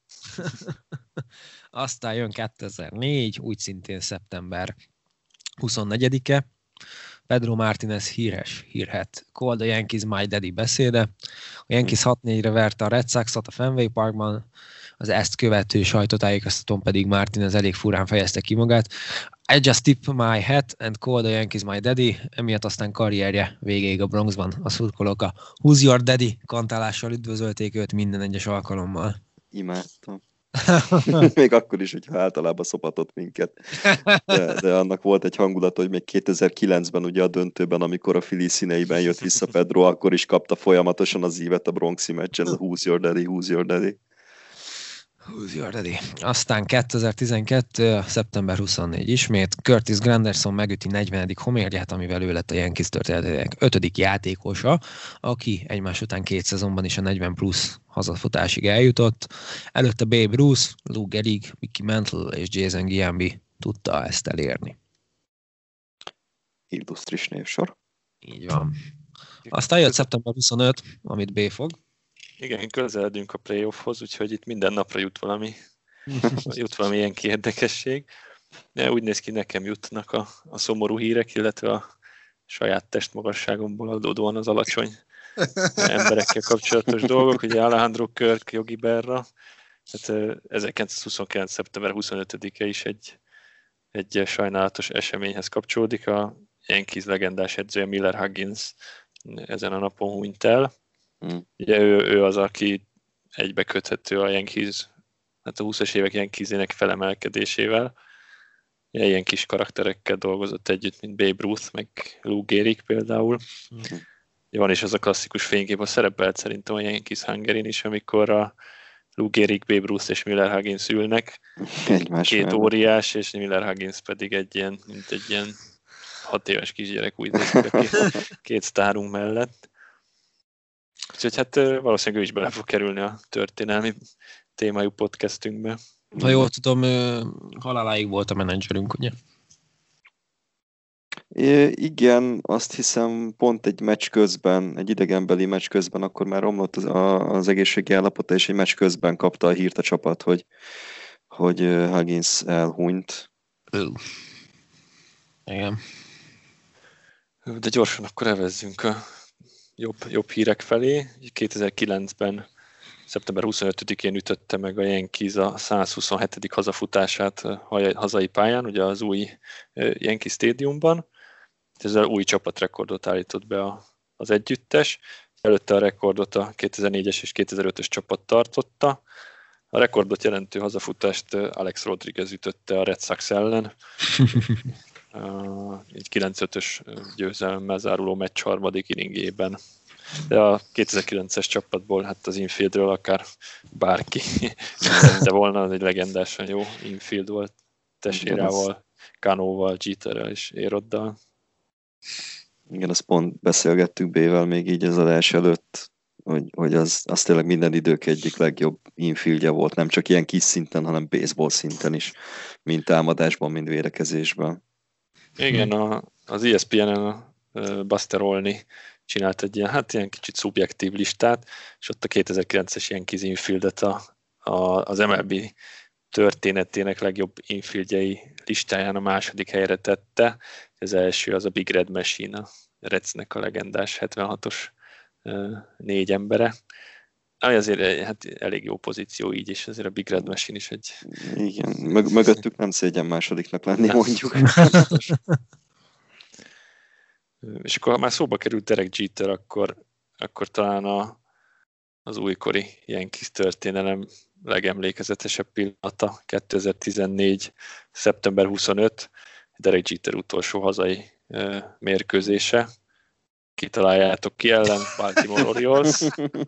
Aztán jön kétezer-négy, úgy szintén szeptember huszonnegyedike, Pedro Martínez híres hírhet Call the Yankees My Daddy beszéde. A Yankees hat négyre verte a Red Soxot a Fenway Parkban, az ezt követő sajtótájékoztatón pedig Martínez elég furán fejezte ki magát. I just tip my hat and call the Yankees my daddy, emiatt aztán karrierje végéig a Bronxban a szurkolók a Who's your daddy kantálással üdvözölték őt minden egyes alkalommal. Imádtam. Még akkor is, hogyha általában szopatott minket. De, de annak volt egy hangulata, hogy még kétezer-kilencben ugye a döntőben, amikor a Philly színeiben jött vissza Pedro, akkor is kapta folyamatosan az ívet a Bronxi meccsen, a Who's your daddy, who's your daddy. Who's your daddy? Aztán kétezer-tizenkettő. szeptember huszonnégy ismét Curtis Granderson megüti negyvenedik homérját, amivel ő lett a Yankees történetének ötödik játékosa, aki egymás után két szezonban is a negyven plusz hazafutásig eljutott. Előtte Babe Ruth, Lou Gehrig, Mickey Mantle és Jason Giambi tudta ezt elérni. Illusztris névsor. Így van. Aztán jött szeptember huszonöt, amit B fog. Igen, közeledünk a playoffhoz, úgyhogy itt minden napra jut valami jut valami ilyen érdekesség. De úgy néz ki, nekem jutnak a, a szomorú hírek, illetve a saját testmagasságomból adódóan az alacsony emberekkel kapcsolatos dolgok. Ugye Alejandro Kirk, Yogi Berra, hát ezerkilencszázhuszonkilenc. szeptember huszonötödike is egy, egy sajnálatos eseményhez kapcsolódik. A Yankees legendás edzője Miller Huggins ezen a napon hunyt el. Mm. Ugye ő, ő az, aki egybeköthető a Yankees, hát a húszas évek Yankeesének felemelkedésével. Ilyen kis karakterekkel dolgozott együtt, mint Babe Ruth, meg Lou Gehrig például. Mm. Van is az a klasszikus fénykép, a szerepelt szerintem a Yankees Hungarin is, amikor a Lou Gehrig, Babe Ruth és Miller Huggins ülnek. Egymás két mellett. Óriás, és Miller Huggins pedig egy ilyen, mint egy ilyen hat éves kisgyerek úgy néz ki, két, két sztárunk mellett. Úgyhogy hát valószínűleg ő is bele fog kerülni a történelmi témájú podcastünkbe. Ha jól tudom, haláláig volt a menedzserünk, ugye? É, igen, azt hiszem pont egy meccs közben, egy idegenbeli meccs közben, akkor már romlott az, a, az egészségi állapota, és egy meccs közben kapta a hírt a csapat, hogy, hogy Huggins elhunyt. Ő. Igen. De gyorsan akkor evezzünk a jobb, jobb hírek felé. kétezer-kilencben szeptember huszonötödikén ütötte meg a Yankees a százhuszonhetedik hazafutását hazai pályán, ugye az új Yankee Stadiumban. Ezzel új csapatrekordot állított be az együttes. Előtte a rekordot a kétezer-négyes és kétezer-ötös csapat tartotta. A rekordot jelentő hazafutást Alex Rodriguez ütötte a Red Sox ellen. Egy kilenc ötös győzelemmel záruló meccs harmadik inningében. De a kétezer-kilences csapatból, hát az infieldről akár bárki, de volna, az egy legendásan jó infield volt Teixeirával, Canoval, Jeterrel és Éroddal. Igen, azt pont beszélgettük B-vel még így az adás előtt, hogy, hogy az, az tényleg minden idők egyik legjobb infieldje volt, nem csak ilyen kis szinten, hanem baseball szinten is, mind támadásban, mind védekezésben. Igen, a, az E S P N-en a Buster Olney csinált egy ilyen, hát ilyen kicsit szubjektív listát, és ott a kétezer-kilences Yankees infieldet a, a, az em el bé történetének legjobb infieldjei listáján a második helyre tette. Az első az a Big Red Machine, a Redsnek a legendás hetvenhatos négy embere. Ami azért hát elég jó pozíció így is, azért a Big Red Machine is egy... Igen, Mög- mögöttük nem szégyen másodiknak lenni, nem. Mondjuk. És akkor, ha már szóba került Derek Jeter, akkor, akkor talán a, az újkori Yankees történelem legemlékezetesebb pillanata, kétezer-tizennégy. szeptember huszonötödike, Derek Jeter utolsó hazai uh, mérkőzése. Kitaláljátok ki ellen, Baltimore Orioles.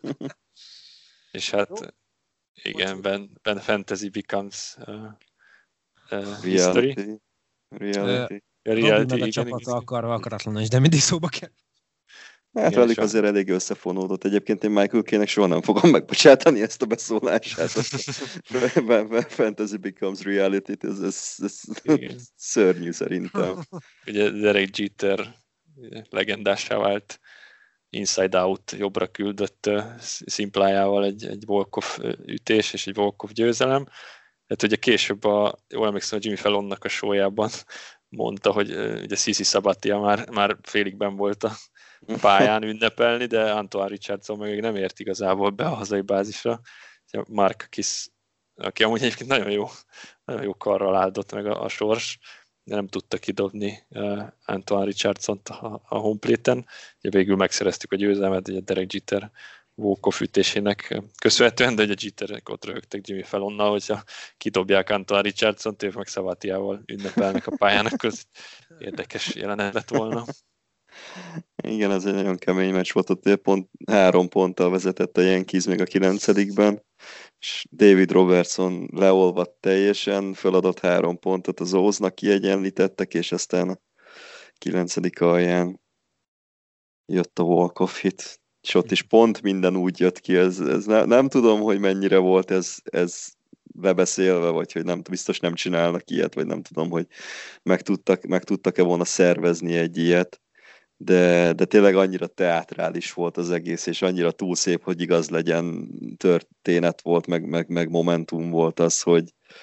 És hát igen, Ben, ben Fantasy becomes uh, uh, history. Reality. Reality. Reality, meg a csapata akarva akaratlan is, de mindig szóba kell. Hát igen, velük azért elég összefonódott. Egyébként én Michael Kay-nek soha nem fogom megbocsátani ezt a beszólását. Fantasy becomes reality. Ez, ez, ez szörnyű szerintem. Ugye Derek Jeter legendássá vált inside out jobbra küldött szimplájával egy, egy walk-off ütés és egy walk-off győzelem. Hát ugye később, a, jól emlékszem, a Jimmy Fallonnak a show-jában mondta, hogy ugye Cici Sabathia már, már félig benn volt a pályán ünnepelni, de Antoine Richardson meg nem ért igazából be a hazai bázisra. Mark Kiss, aki amúgy egyébként nagyon jó, nagyon jó karral áldott meg a, a sors, de nem tudta kidobni uh, Antoine Richardson-t a, a homeplate-en. Ugye végül megszereztük a győzelmet, ugye Derek Jeter walk-off ütésének köszönhetően, de ugye Jeterek ott röhögtek Jimmy Fallonnal, hogyha kidobják Antoine Richardson-t, ők meg Sabathiával ünnepelnek a pályának, az érdekes jelenet lett volna. Igen, ez egy nagyon kemény meccs volt, ott pont három ponttal vezetett a Yankees még a kilencedikben, és David Robertson leolvadt teljesen, feladott három pontot az Oz-nak, kiegyenlítettek, és aztán a kilencedik alján jött a walk-off hit, és ott is pont minden úgy jött ki, ez, ez ne, nem tudom, hogy mennyire volt ez, ez lebeszélve, vagy hogy nem, biztos nem csinálnak ilyet, vagy nem tudom, hogy meg, tudtak, meg tudtak-e volna szervezni egy ilyet, de, de tényleg annyira teátrális volt az egész, és annyira túl szép, hogy igaz legyen, történet volt, meg, meg, meg momentum volt az, hogy,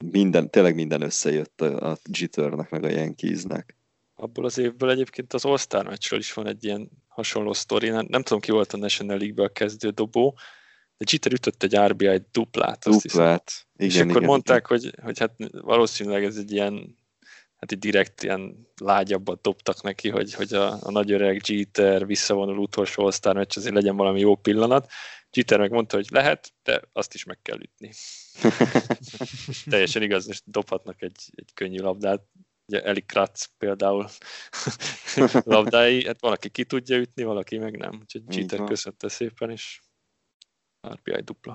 minden, tényleg minden összejött a, a Jeternek meg a Yankeesnek. Abból az évből egyébként az All-Star meccsről is van egy ilyen hasonló sztori. Nem, nem tudom, ki volt a National League-ben a kezdő dobó, de Jeter ütött egy er bé i duplát. Azt Duplát. Igen, és akkor igen, mondták, igen. Hogy, hogy hát valószínűleg ez egy ilyen, hát egy direkt ilyen lágyabbat dobtak neki, hogy, hogy a, a nagy öreg Jeter visszavonul utolsó All-Star meccs, azért legyen valami jó pillanat. Jeter meg mondta, hogy lehet, de azt is meg kell ütni. Teljesen igaz, és dobhatnak egy, egy könnyű labdát. Ugye Eli Kratz például labdái, hát valaki ki tudja ütni, valaki meg nem. Úgyhogy Jeter köszönte szépen, és er bé i dupla.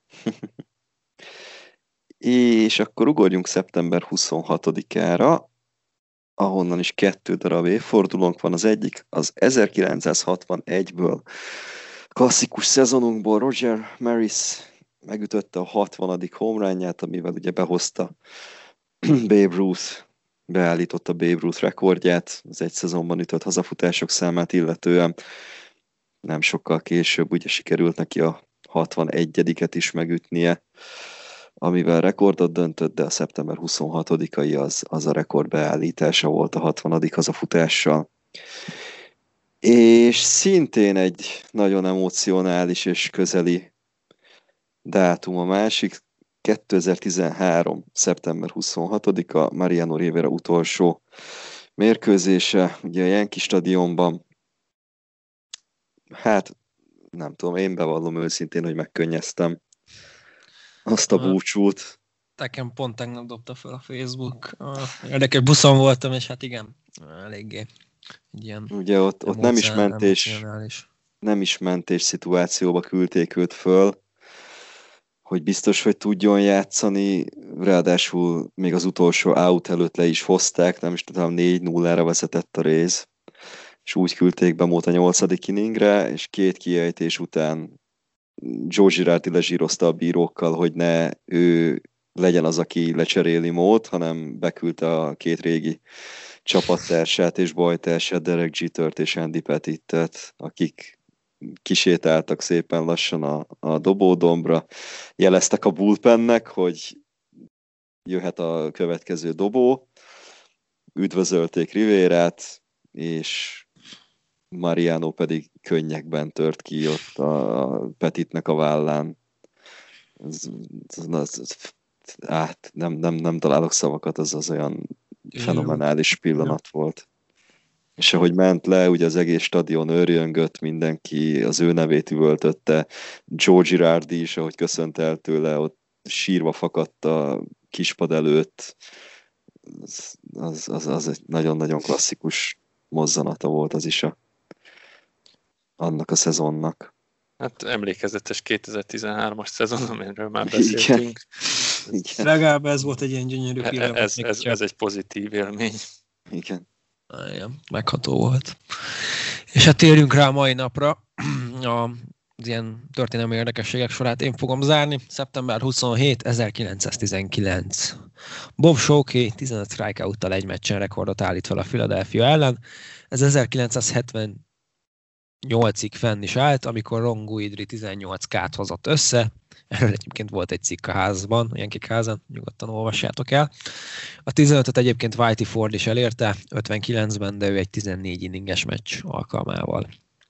És akkor ugorjunk szeptember huszonhatodikára, ahonnan is kettő darab évfordulónk van. Az egyik az ezerkilencszázhatvanegyből klasszikus szezonunkból Roger Maris megütötte a hatvanadik home runját, amivel ugye behozta Babe Ruth, beállította Babe Ruth rekordját, az egy szezonban ütött hazafutások számát illetően. Nem sokkal később ugye sikerült neki a hatvanegyediket is megütnie, amivel rekordot döntött, de a szeptember huszonhatodikai az, az a rekord beállítása volt a hatvanadik hazafutással. És szintén egy nagyon emocionális és közeli dátum a másik, kétezer-tizenhárom. szeptember huszonhatodika, Mariano Rivera utolsó mérkőzése, ugye a Yankee stadionban. Hát, nem tudom, én bevallom őszintén, hogy megkönnyeztem azt a búcsút. Nekem pont tegnap dobta fel a Facebook. Érdekes, buszon voltam, és hát igen, eléggé egy ilyen ugye ott, ott nem is mentés, nem is mentés szituációba küldték őt föl, hogy biztos, hogy tudjon játszani, ráadásul még az utolsó out előtt le is hozták, nem is tudom, négy nullára vezetett a Rays, és úgy küldték be Mót a nyolcadik inningre, és két kiejtés után Joe Girardi lezsírozta a bírókkal, hogy ne ő legyen az, aki lecseréli Mót, hanem beküldte a két régi csapattársát és bajtársát, Derek Jetert és Andy Petittet, akik kisétáltak szépen lassan a, a dobódombra, jeleztek a bullpennek, hogy jöhet a következő dobó, üdvözölték Riverát, és Mariano pedig könnyekben tört ki ott a Petitnek a vállán. Ez, ez, ez, ez, át, nem, nem, nem találok szavakat, az az olyan fenomenális pillanat volt. És ahogy ment le, ugye az egész stadion őrjöngött, mindenki az ő nevét üvöltötte, Joe Girardi is, ahogy köszönt el tőle, ott sírva fakadt a kispad előtt. Az, az, az, az egy nagyon-nagyon klasszikus mozzanata volt az is a, annak a szezonnak. Hát emlékezetes kétezer-tizenhármas szezon, amiről már beszéltünk. Igen. Igen. Legalább ez volt egy ilyen gyönyörű pillanat. Ez, ez, ez egy pozitív élmény. Igen. Igen, megható volt. És hát térjünk rá a mai napra. Az ilyen történelmi érdekességek sorát én fogom zárni. szeptember huszonhetedike, ezerkilencszáztizenkilenc. Bob Shawkey tizenöt strikeouttal egy meccsen rekordot állít fel a Philadelphia ellen. Ez ezerkilencszázhetvennyolcig fenn is állt, amikor Ron Guidry tizennyolc kát hozott össze. Erről egyébként volt egy cikk a házban, ilyen kik házan, nyugodtan olvassátok el. A tizenötöt egyébként Whitey Ford is elérte, ötvenkilencben, de ő egy tizennégy inninges meccs alkalmával.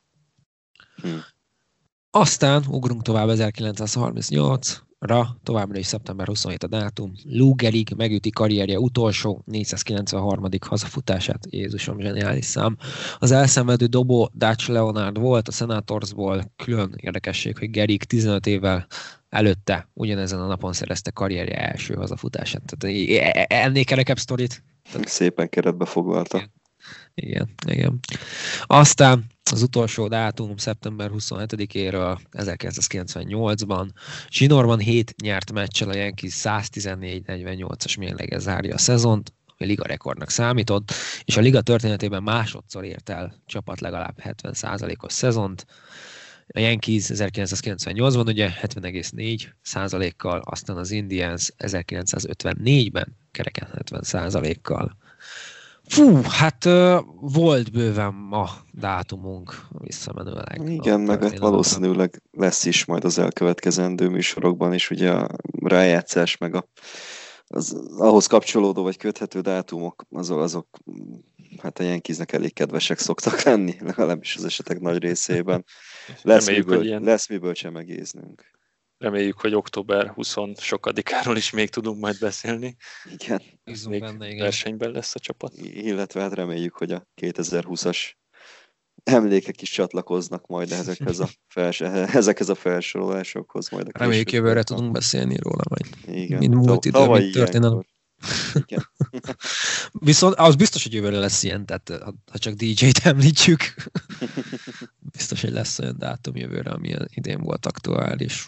Hmm. Aztán ugrunk tovább ezerkilencszázharmincnyolcra, továbbra is szeptember huszonhetedike a dátum. Lou Gehrig megüti karrierje utolsó négyszázkilencvenharmadik hazafutását, Jézusom, zseniális szám. Az elszenvedő dobó Dutch Leonard volt, a Senatorsból. Külön érdekesség, hogy Gehrig tizenöt évvel előtte ugyanezen a napon szerezte karrierje első hazafutását. Tehát ennél kerekebb sztorit. Szépen keretbe foglalta. Igen, igen. Aztán az utolsó dátum szeptember huszonhetedikéről ezerkilencszázkilencvennyolcban zsinórban hét nyert meccsel a Yankees száztizennégy negyvennyolcas mérlege zárja a szezont, ami liga rekordnak számított, és a liga történetében másodszor ért el csapat legalább hetven százalékos szezont. A Yankees ezerkilencszázkilencvennyolcban ugye hetven egész négy százalékkal, aztán az Indians ezerkilencszázötvennégyben kereken hetven százalékkal. Fú, hát uh, volt bőven ma dátumunk visszamenőleg. Igen, meg hát valószínűleg lesz is majd az elkövetkezendő műsorokban is, ugye a rájátszás, meg a, az, ahhoz kapcsolódó vagy köthető dátumok, azok, azok hát a Yankeesnek elég kedvesek szoktak lenni, legalábbis az esetek nagy részében. Lesz, Reméljük, miből, hogy ilyen... lesz miből csemegéznünk. Reméljük, hogy október huszonadikáról is még tudunk majd beszélni. Igen. Bízunk benne, igen. Versenyben lesz a csapat. Illetve hát reméljük, hogy a kétezer-húszas emlékek is csatlakoznak majd ezekhez a, fels- ezekhez a felsorolásokhoz. Majd a Reméljük jövőre tudunk beszélni róla majd. Igen. Mind múlt idő, mind történelem. Igen. Viszont az biztos, hogy jövőre lesz ilyen, tehát ha csak dé jét említjük, biztos, hogy lesz olyan dátum jövőre, ami idén volt aktuális.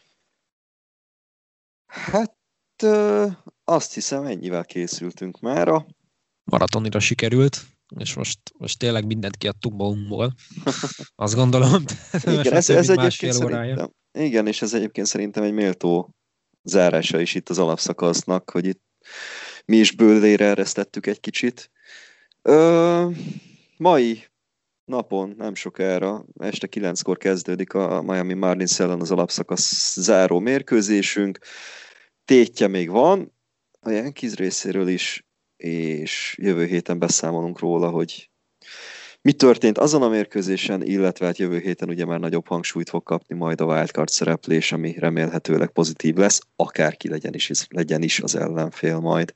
Hát ö, azt hiszem, ennyivel készültünk mára. Maratonira sikerült, és most, most tényleg mindent kiadtunk magunkból. Azt gondolom. Igen, ez, ez egyébként szerintem, igen, és ez egyébként szerintem egy méltó zárása is itt az alapszakasznak, hogy itt mi is bőlére eresztettük egy kicsit. Ö, mai napon, nem sokára, este kilenckor kezdődik a Miami Marlins ellen az alapszakasz záró mérkőzésünk. Tétje még van a Yankees részéről is, és jövő héten beszámolunk róla, hogy mi történt azon a mérkőzésen, illetve hát jövő héten ugye már nagyobb hangsúlyt fog kapni majd a wildcard szereplés, ami remélhetőleg pozitív lesz, akárki legyen is, legyen is az ellenfél majd.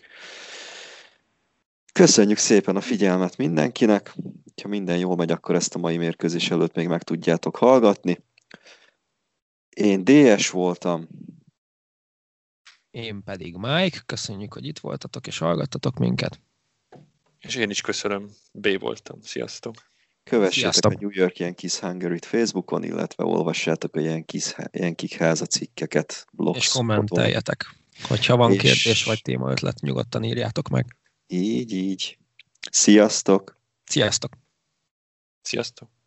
Köszönjük szépen a figyelmet mindenkinek, ha minden jól megy, akkor ezt a mai mérkőzés előtt még meg tudjátok hallgatni. Én dé es voltam. Én pedig Mike, köszönjük, hogy itt voltatok és hallgattatok minket. És én is köszönöm, B voltam. Sziasztok! Kövessétek Sziasztok. a New York Yankees Hungary-t Facebookon, illetve olvassátok a Yankees, Yankee háza cikkeket blogspoton. És kommenteljetek. Hogyha van És... kérdés vagy témaötlet, nyugodtan írjátok meg. Így, így. Sziasztok! Sziasztok! Sziasztok!